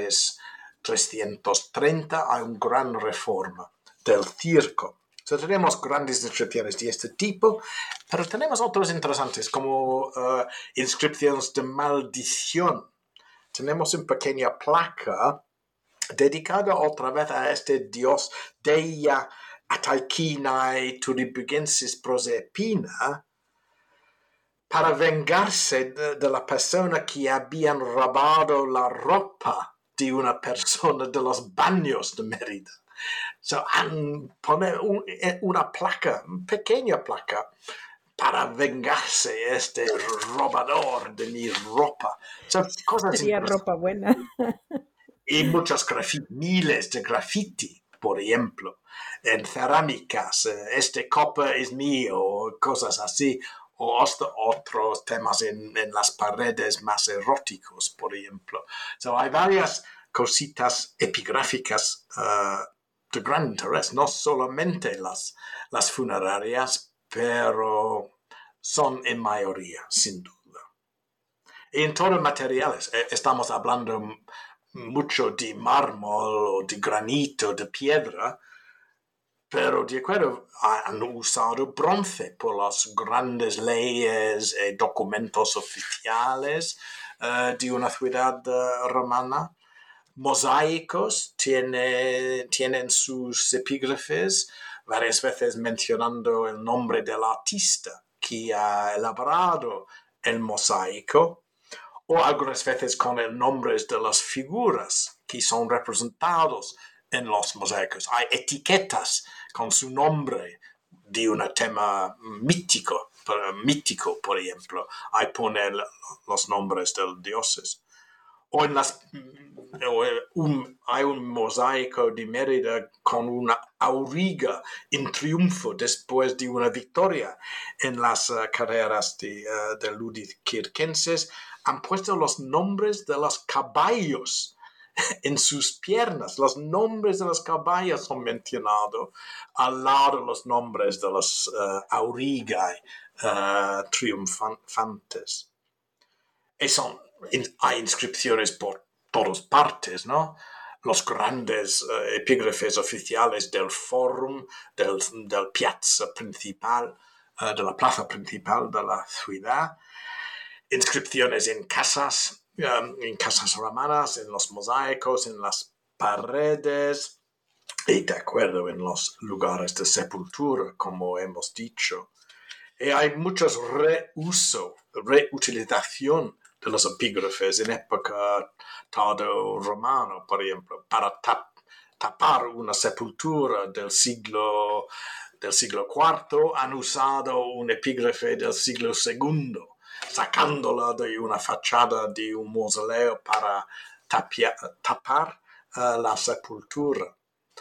trescientos treinta, hay una gran reforma del circo. So, tenemos grandes inscripciones de este tipo, pero tenemos otros interesantes como uh, inscripciones de maldición. Tenemos una pequeña placa dedicada otra vez a este dios Deia Ataikinae Turibugensis Proserpina, para vengarse de, de la persona que habían robado la ropa de una persona de los baños de Mérida. So, han poner un, una placa, una pequeña placa, para vengarse este robador de mi ropa. So, cosas sería ropa buena. Y muchos graffiti, miles de graffiti, por ejemplo, en cerámicas, este copa es mío, cosas así, o otros temas en, en las paredes más eróticos, por ejemplo. So, hay varias cositas epigráficas uh, de gran interés, no solamente las, las funerarias, pero son en mayoría, sin duda. Y en todos los materiales, eh, estamos hablando mucho de mármol o de granito, de piedra, pero de acuerdo, han usado bronce por las grandes leyes y documentos oficiales uh, de una ciudad uh, romana. Mosaicos tiene, tienen sus epígrafes, varias veces mencionando el nombre del artista que ha elaborado el mosaico, o algunas veces con el nombre de las figuras que son representados en los mosaicos. Hay etiquetas con su nombre de un tema mítico, mítico, por ejemplo. Hay poner los nombres de los dioses. O en las, un, hay un mosaico de Mérida con una auriga en triunfo después de una victoria en las uh, carreras de, uh, de ludiquerquenses. Han puesto los nombres de los caballos en sus piernas. Los nombres de los caballos son mencionados al lado de los nombres de los uh, aurigae uh, triunfantes. Y son, in, hay inscripciones por todas partes, ¿no? Los grandes uh, epígrafes oficiales del Forum, del, del piazza principal, uh, de la plaza principal de la ciudad. Inscripciones en casas, um, en casas romanas, en los mosaicos, en las paredes, y de acuerdo en los lugares de sepultura, como hemos dicho. Y hay muchos reuso, reutilización de los epígrafes en época tardo-romano, por ejemplo, para tap, tapar una sepultura del siglo, del siglo cuarto, han usado un epígrafe del siglo segundo, sacándola de una fachada de un mausoleo para tapia, tapar uh, la sepultura.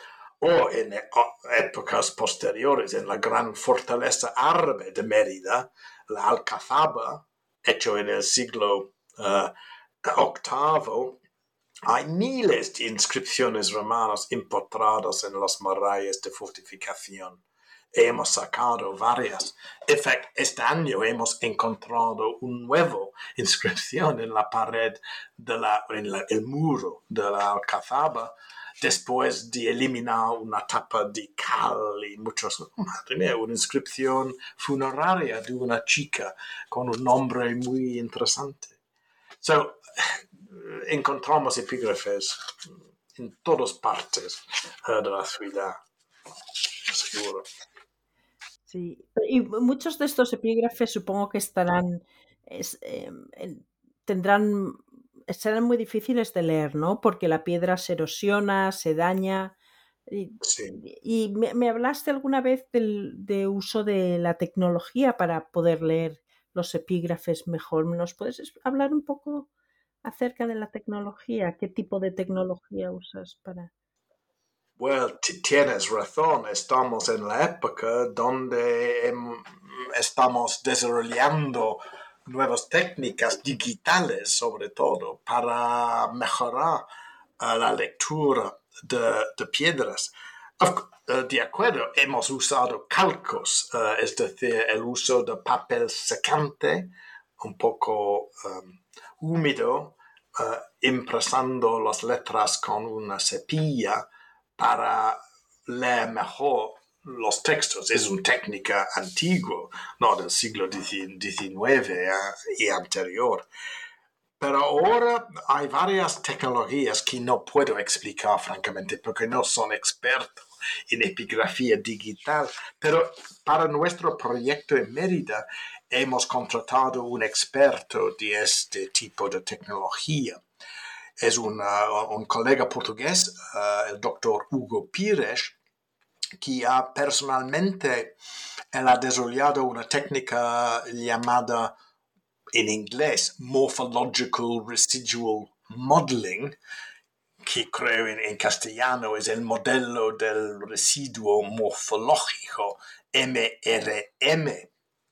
O en épocas posteriores, en la gran fortaleza árabe de Mérida, la Alcazaba, hecho en el siglo uh, octavo, hay miles de inscripciones romanas empotradas en las murallas de fortificación. Hemos sacado varias. En fact, este año hemos encontrado una nueva inscripción en la pared, de la, en la, el muro de la Alcazaba, después de eliminar una tapa de cal y muchos, madre mía, una inscripción funeraria de una chica con un nombre muy interesante. So, encontramos epígrafes en todas partes uh, de la ciudad, seguro. Sí, y muchos de estos epígrafes supongo que estarán, es, eh, tendrán, serán muy difíciles de leer, ¿no? Porque la piedra se erosiona, se daña. Y, sí. y me, me, hablaste alguna vez del de uso de la tecnología para poder leer los epígrafes mejor. ¿Nos puedes hablar un poco acerca de la tecnología? ¿Qué tipo de tecnología usas para...? Well, tienes razón, estamos en la época donde em, estamos desarrollando nuevas técnicas digitales, sobre todo, para mejorar uh, la lectura de, de piedras. Uh, de acuerdo, hemos usado calcos, uh, es decir, el uso de papel secante, un poco um, húmedo, uh, impresando las letras con una cepilla para leer mejor los textos. Es una técnica antigua, no del siglo diecinueve eh, y anterior. Pero ahora hay varias tecnologías que no puedo explicar francamente porque no soy experto en epigrafía digital. Pero para nuestro proyecto en Mérida hemos contratado un experto de este tipo de tecnología. Es una, un colega portugués, uh, el doctor Hugo Pires, que ha personalmente él ha desarrollado una técnica llamada en inglés Morphological Residual Modeling, que creo en, en castellano es el modelo del residuo morfológico, M R M.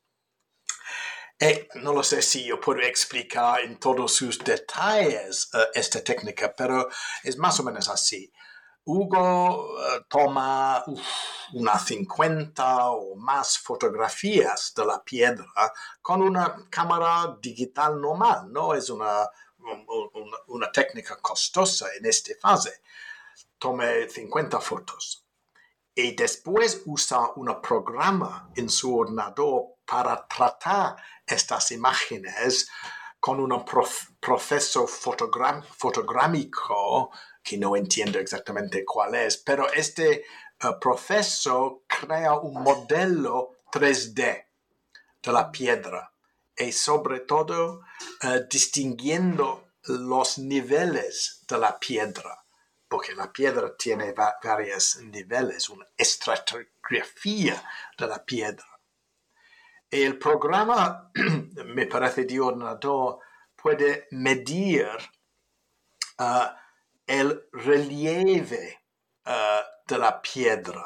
Eh, no lo sé si yo puedo explicar en todos sus detalles uh, esta técnica, pero es más o menos así. Hugo uh, toma uf, unas cincuenta o más fotografías de la piedra con una cámara digital normal, ¿no? Es una, una, una técnica costosa en esta fase. Tome cincuenta fotos. Y después usa un programa en su ordenador para tratar estas imágenes con un prof, proceso fotogram, fotográmico que no entiendo exactamente cuál es, pero este uh, proceso crea un modelo tres D de la piedra y sobre todo uh, distinguiendo los niveles de la piedra, porque la piedra tiene va varios niveles, una estratigrafía de la piedra. El programa, me parece de ordenador, puede medir uh, el relieve uh, de la piedra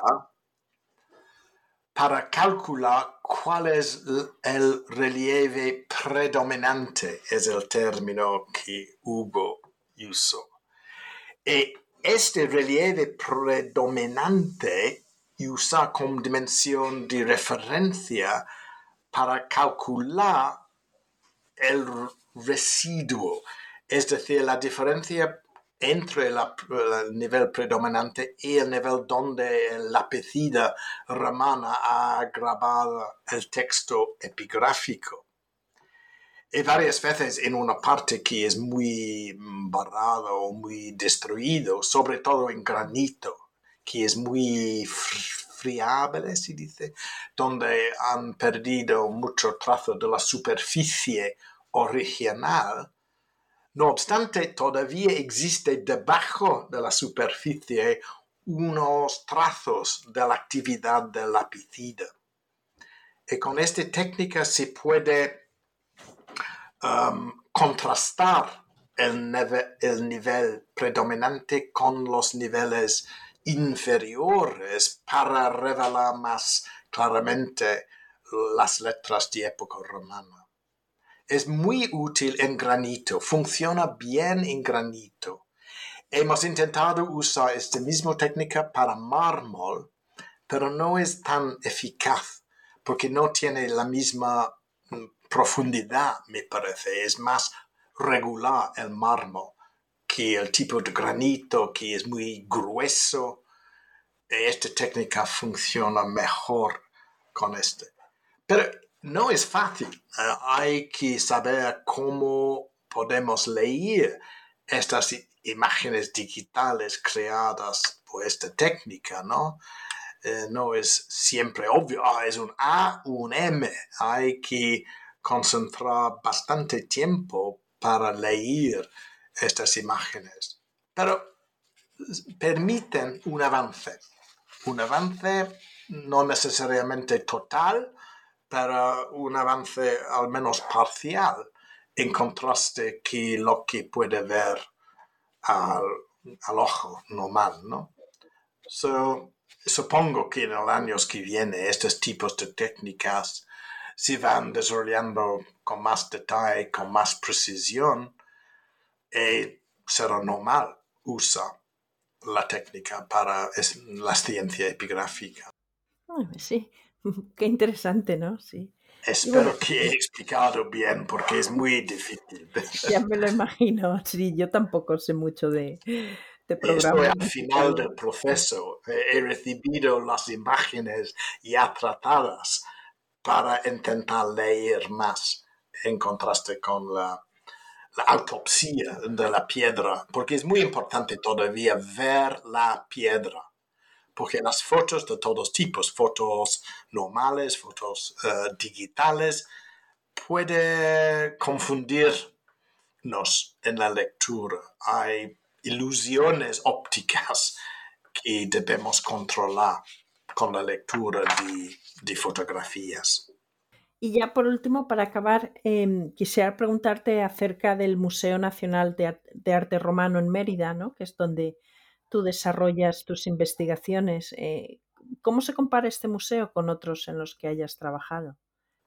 para calcular cuál es el relieve predominante, es el término que Hugo usó. Y este relieve predominante usa como dimensión de referencia para calcular el residuo, es decir, la diferencia entre la, el nivel predominante y el nivel donde el lapicida romana ha grabado el texto epigráfico. Y varias veces en una parte que es muy barrado o muy destruido, sobre todo en granito, que es muy friable, se dice, donde han perdido mucho trazo de la superficie original. No obstante, todavía existe debajo de la superficie unos trazos de la actividad del lapicida. Y con esta técnica se puede um, contrastar el, neve, el nivel predominante con los niveles inferiores para revelar más claramente las letras de época romana. Es muy útil en granito, funciona bien en granito. Hemos intentado usar esta misma técnica para mármol, pero no es tan eficaz porque no tiene la misma profundidad, me parece. Es más regular el mármol que el tipo de granito, que es muy grueso. Esta técnica funciona mejor con este. Pero no es fácil. Uh, hay que saber cómo podemos leer estas imágenes digitales creadas por esta técnica, ¿no? Eh, no es siempre obvio, ah, es un A, un M. Hay que concentrar bastante tiempo para leer estas imágenes. Pero permiten un avance. Un avance no necesariamente total, pero un avance al menos parcial, en contraste que lo que puede ver al, al ojo normal, ¿no? So, supongo que en los años que vienen estos tipos de técnicas se van desarrollando con más detalle, con más precisión, y será normal usar la técnica para la ciencia epigráfica. Sí, qué interesante, ¿no? Sí. Espero bueno, que he explicado bien porque es muy difícil. Ya me lo imagino. Sí, yo tampoco sé mucho de, de Estoy al programas. final del proceso. He recibido las imágenes ya tratadas para intentar leer más en contraste con la, la autopsia de la piedra, porque es muy importante todavía ver la piedra, porque las fotos de todos tipos, fotos normales, fotos uh, digitales, puede confundirnos en la lectura. Hay ilusiones ópticas que debemos controlar con la lectura de, de fotografías. Y ya por último, para acabar, eh, quisiera preguntarte acerca del Museo Nacional de, de Arte Romano en Mérida, ¿no? Que es donde tú desarrollas tus investigaciones. Eh, ¿Cómo se compara este museo con otros en los que hayas trabajado?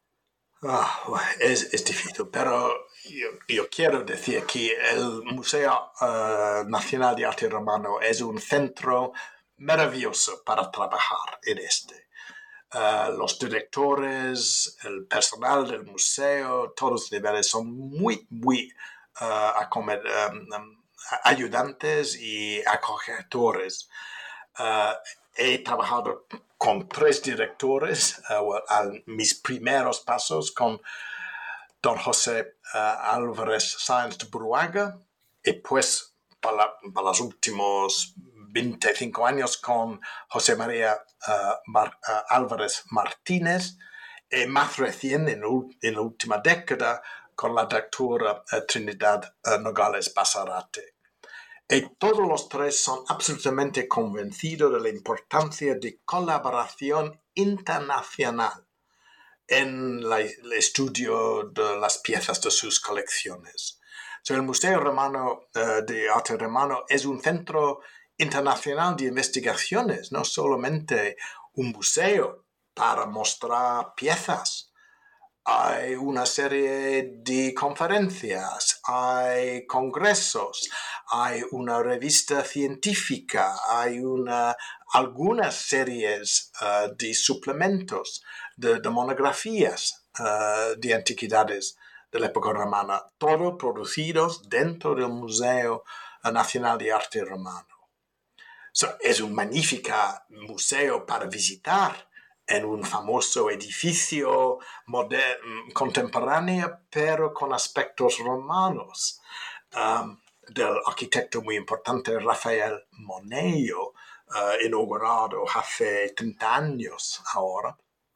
Ah, es, es difícil, pero yo, yo quiero decir que el Museo uh, Nacional de Arte Romano es un centro maravilloso para trabajar en este. Uh, los directores, el personal del museo, todos los niveles son muy, muy uh, acomed- um, ayudantes y acogedores. Uh, he trabajado con tres directores uh, a mis primeros pasos con don José uh, Álvarez Sáenz de Buruaga y pues para, para los últimos veinticinco años con José María uh, Mar, uh, Álvarez Martínez y más recién en, en la última década con la doctora uh, Trinidad uh, Nogales Basarate. Y todos los tres son absolutamente convencidos de la importancia de colaboración internacional en la, el estudio de las piezas de sus colecciones. So, el Museo Romano uh, de Arte Romano es un centro internacional de investigaciones, no solamente un museo para mostrar piezas. Hay una serie de conferencias, hay congresos, hay una revista científica, hay una, algunas series uh, de suplementos, de, de monografías uh, de antiquidades de la época romana, todo producidos dentro del Museo Nacional de Arte Romano. So, es un magnífico museo para visitar en un famoso edificio moder- contemporáneo, pero con aspectos romanos, um, del arquitecto muy importante Rafael Moneo, uh, inaugurado hace treinta años ahora.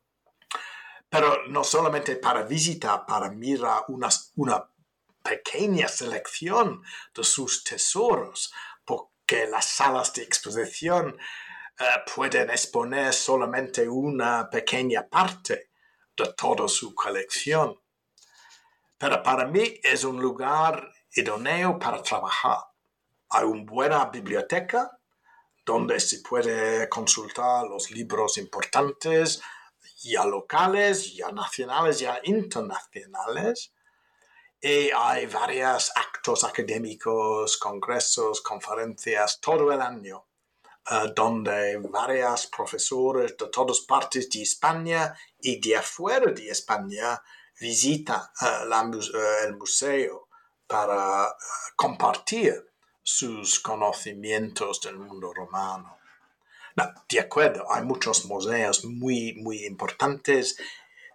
Pero no solamente para visitar, para mirar una, una pequeña selección de sus tesoros, porque las salas de exposición Uh, pueden exponer solamente una pequeña parte de toda su colección. Pero para mí es un lugar idóneo para trabajar. Hay una buena biblioteca donde se puede consultar los libros importantes, ya locales, ya nacionales, ya internacionales. Y hay varios actos académicos, congresos, conferencias, todo el año. Uh, donde varios profesores de todas partes de España y de afuera de España visitan uh, la, uh, el museo para uh, compartir sus conocimientos del mundo romano. No, de acuerdo, hay muchos museos muy, muy importantes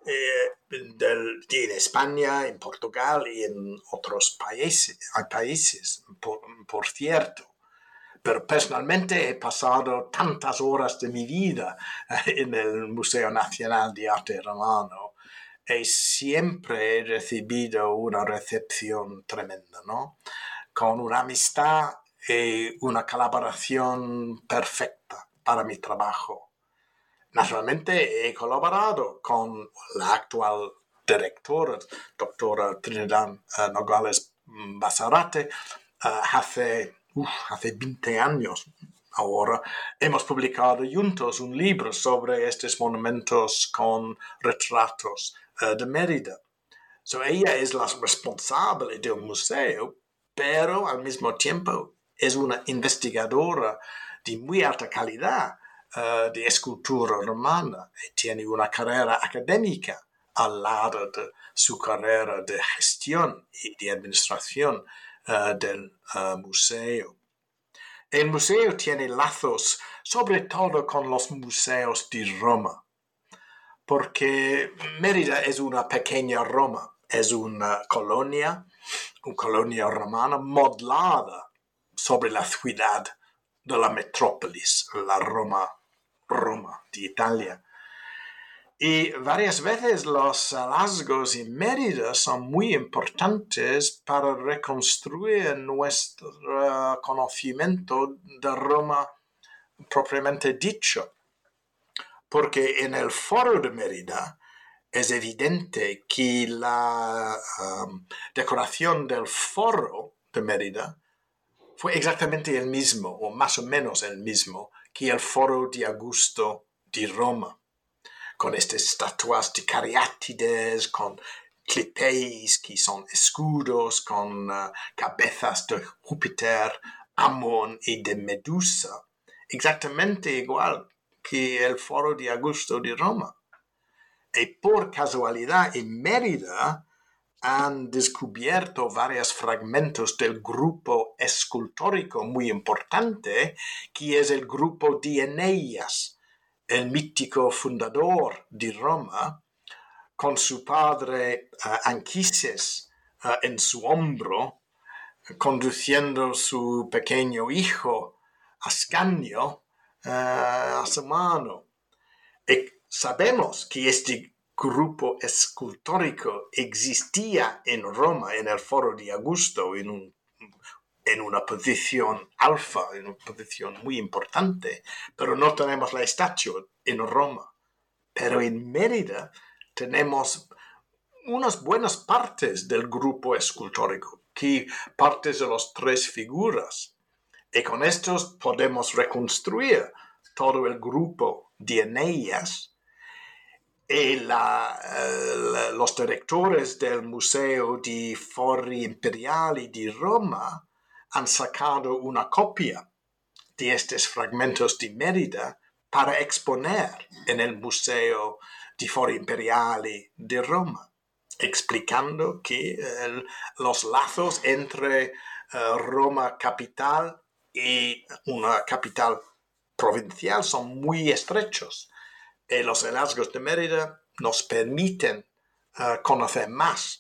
eh, del, en España, en Portugal y en otros países, países por, por cierto. Pero personalmente he pasado tantas horas de mi vida en el Museo Nacional de Arte Romano y siempre he recibido una recepción tremenda, ¿no? Con una amistad y una colaboración perfecta para mi trabajo. Naturalmente he colaborado con la actual directora, doctora Trinidad uh, Nogales Basarate, uh, hace, uf, hace veinte años. Ahora hemos publicado juntos un libro sobre estos monumentos con retratos uh, de Mérida. So, ella es la responsable del museo, pero al mismo tiempo es una investigadora de muy alta calidad uh, de escultura romana y tiene una carrera académica al lado de su carrera de gestión y de administración uh, del uh, museo. El museo tiene lazos sobre todo con los museos de Roma, porque Mérida es una pequeña Roma, es una colonia, una colonia romana modelada sobre la ciudad de la metrópolis, la Roma, Roma de Italia. Y varias veces los hallazgos en Mérida son muy importantes para reconstruir nuestro uh, conocimiento de Roma propiamente dicho. Porque en el Foro de Mérida es evidente que la um, decoración del Foro de Mérida fue exactamente el mismo, o más o menos el mismo, que el Foro de Augusto de Roma, con estas estatuas de cariátides, con clipeis que son escudos, con uh, cabezas de Júpiter, Amón y de Medusa, exactamente igual que el Foro de Augusto de Roma. Y por casualidad en Mérida han descubierto varios fragmentos del grupo escultórico muy importante, que es el grupo de Eneas, el mítico fundador de Roma, con su padre uh, Anquises uh, en su hombro, conduciendo su pequeño hijo Ascanio uh, a su mano. Y sabemos que este grupo escultórico existía en Roma, en el Foro de Augusto, en, un, en una posición alfa, en una posición muy importante, pero no tenemos la estatua en Roma. Pero en Mérida tenemos unas buenas partes del grupo escultórico, que partes de las tres figuras. Y con estos podemos reconstruir todo el grupo de Eneas. Y la, la, los directores del Museo di Fori Imperiali di Roma han sacado una copia de estos fragmentos de Mérida para exponer en el Museo di Fori Imperiali di Roma, explicando que eh, los lazos entre eh, Roma capital y una capital provincial son muy estrechos. Y los hallazgos de Mérida nos permiten uh, conocer más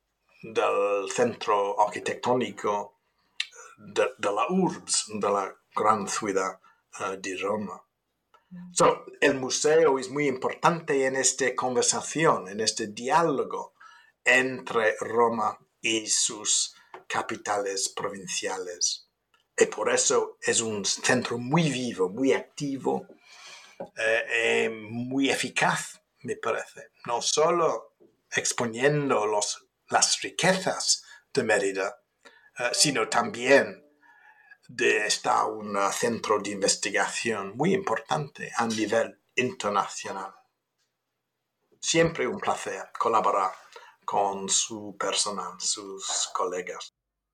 del centro arquitectónico de, de la urbs, de la gran ciudad uh, de Roma. So, el museo es muy importante en esta conversación, en este diálogo entre Roma y sus capitales provinciales. Y por eso es un centro muy vivo, muy activo, Eh, eh, muy eficaz, me parece. No solo exponiendo los, las riquezas de Mérida, eh, sino también de estar un uh, centro de investigación muy importante a nivel internacional. Siempre un placer colaborar con su personal, sus colegas.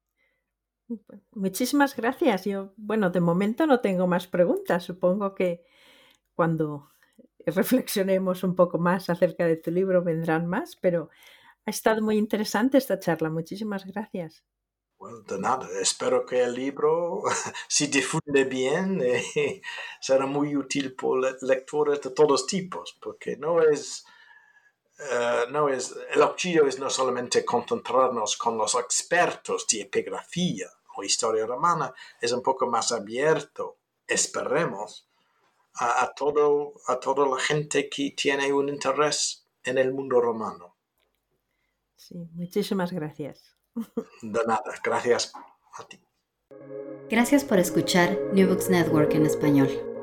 Muchísimas gracias. Yo, bueno, de momento no tengo más preguntas. Supongo que cuando reflexionemos un poco más acerca de tu libro vendrán más, pero ha estado muy interesante esta charla. Muchísimas gracias. Bueno, de nada. Espero que el libro se difunde bien y será muy útil por lectores de todos tipos, porque no es uh, no es, el objetivo es no solamente concentrarnos con los expertos de epigrafía o historia romana, es un poco más abierto, esperemos, a, a, todo, a toda la gente que tiene un interés en el mundo romano. Sí, muchísimas gracias. De nada, gracias a ti. Gracias por escuchar New Books Network en español.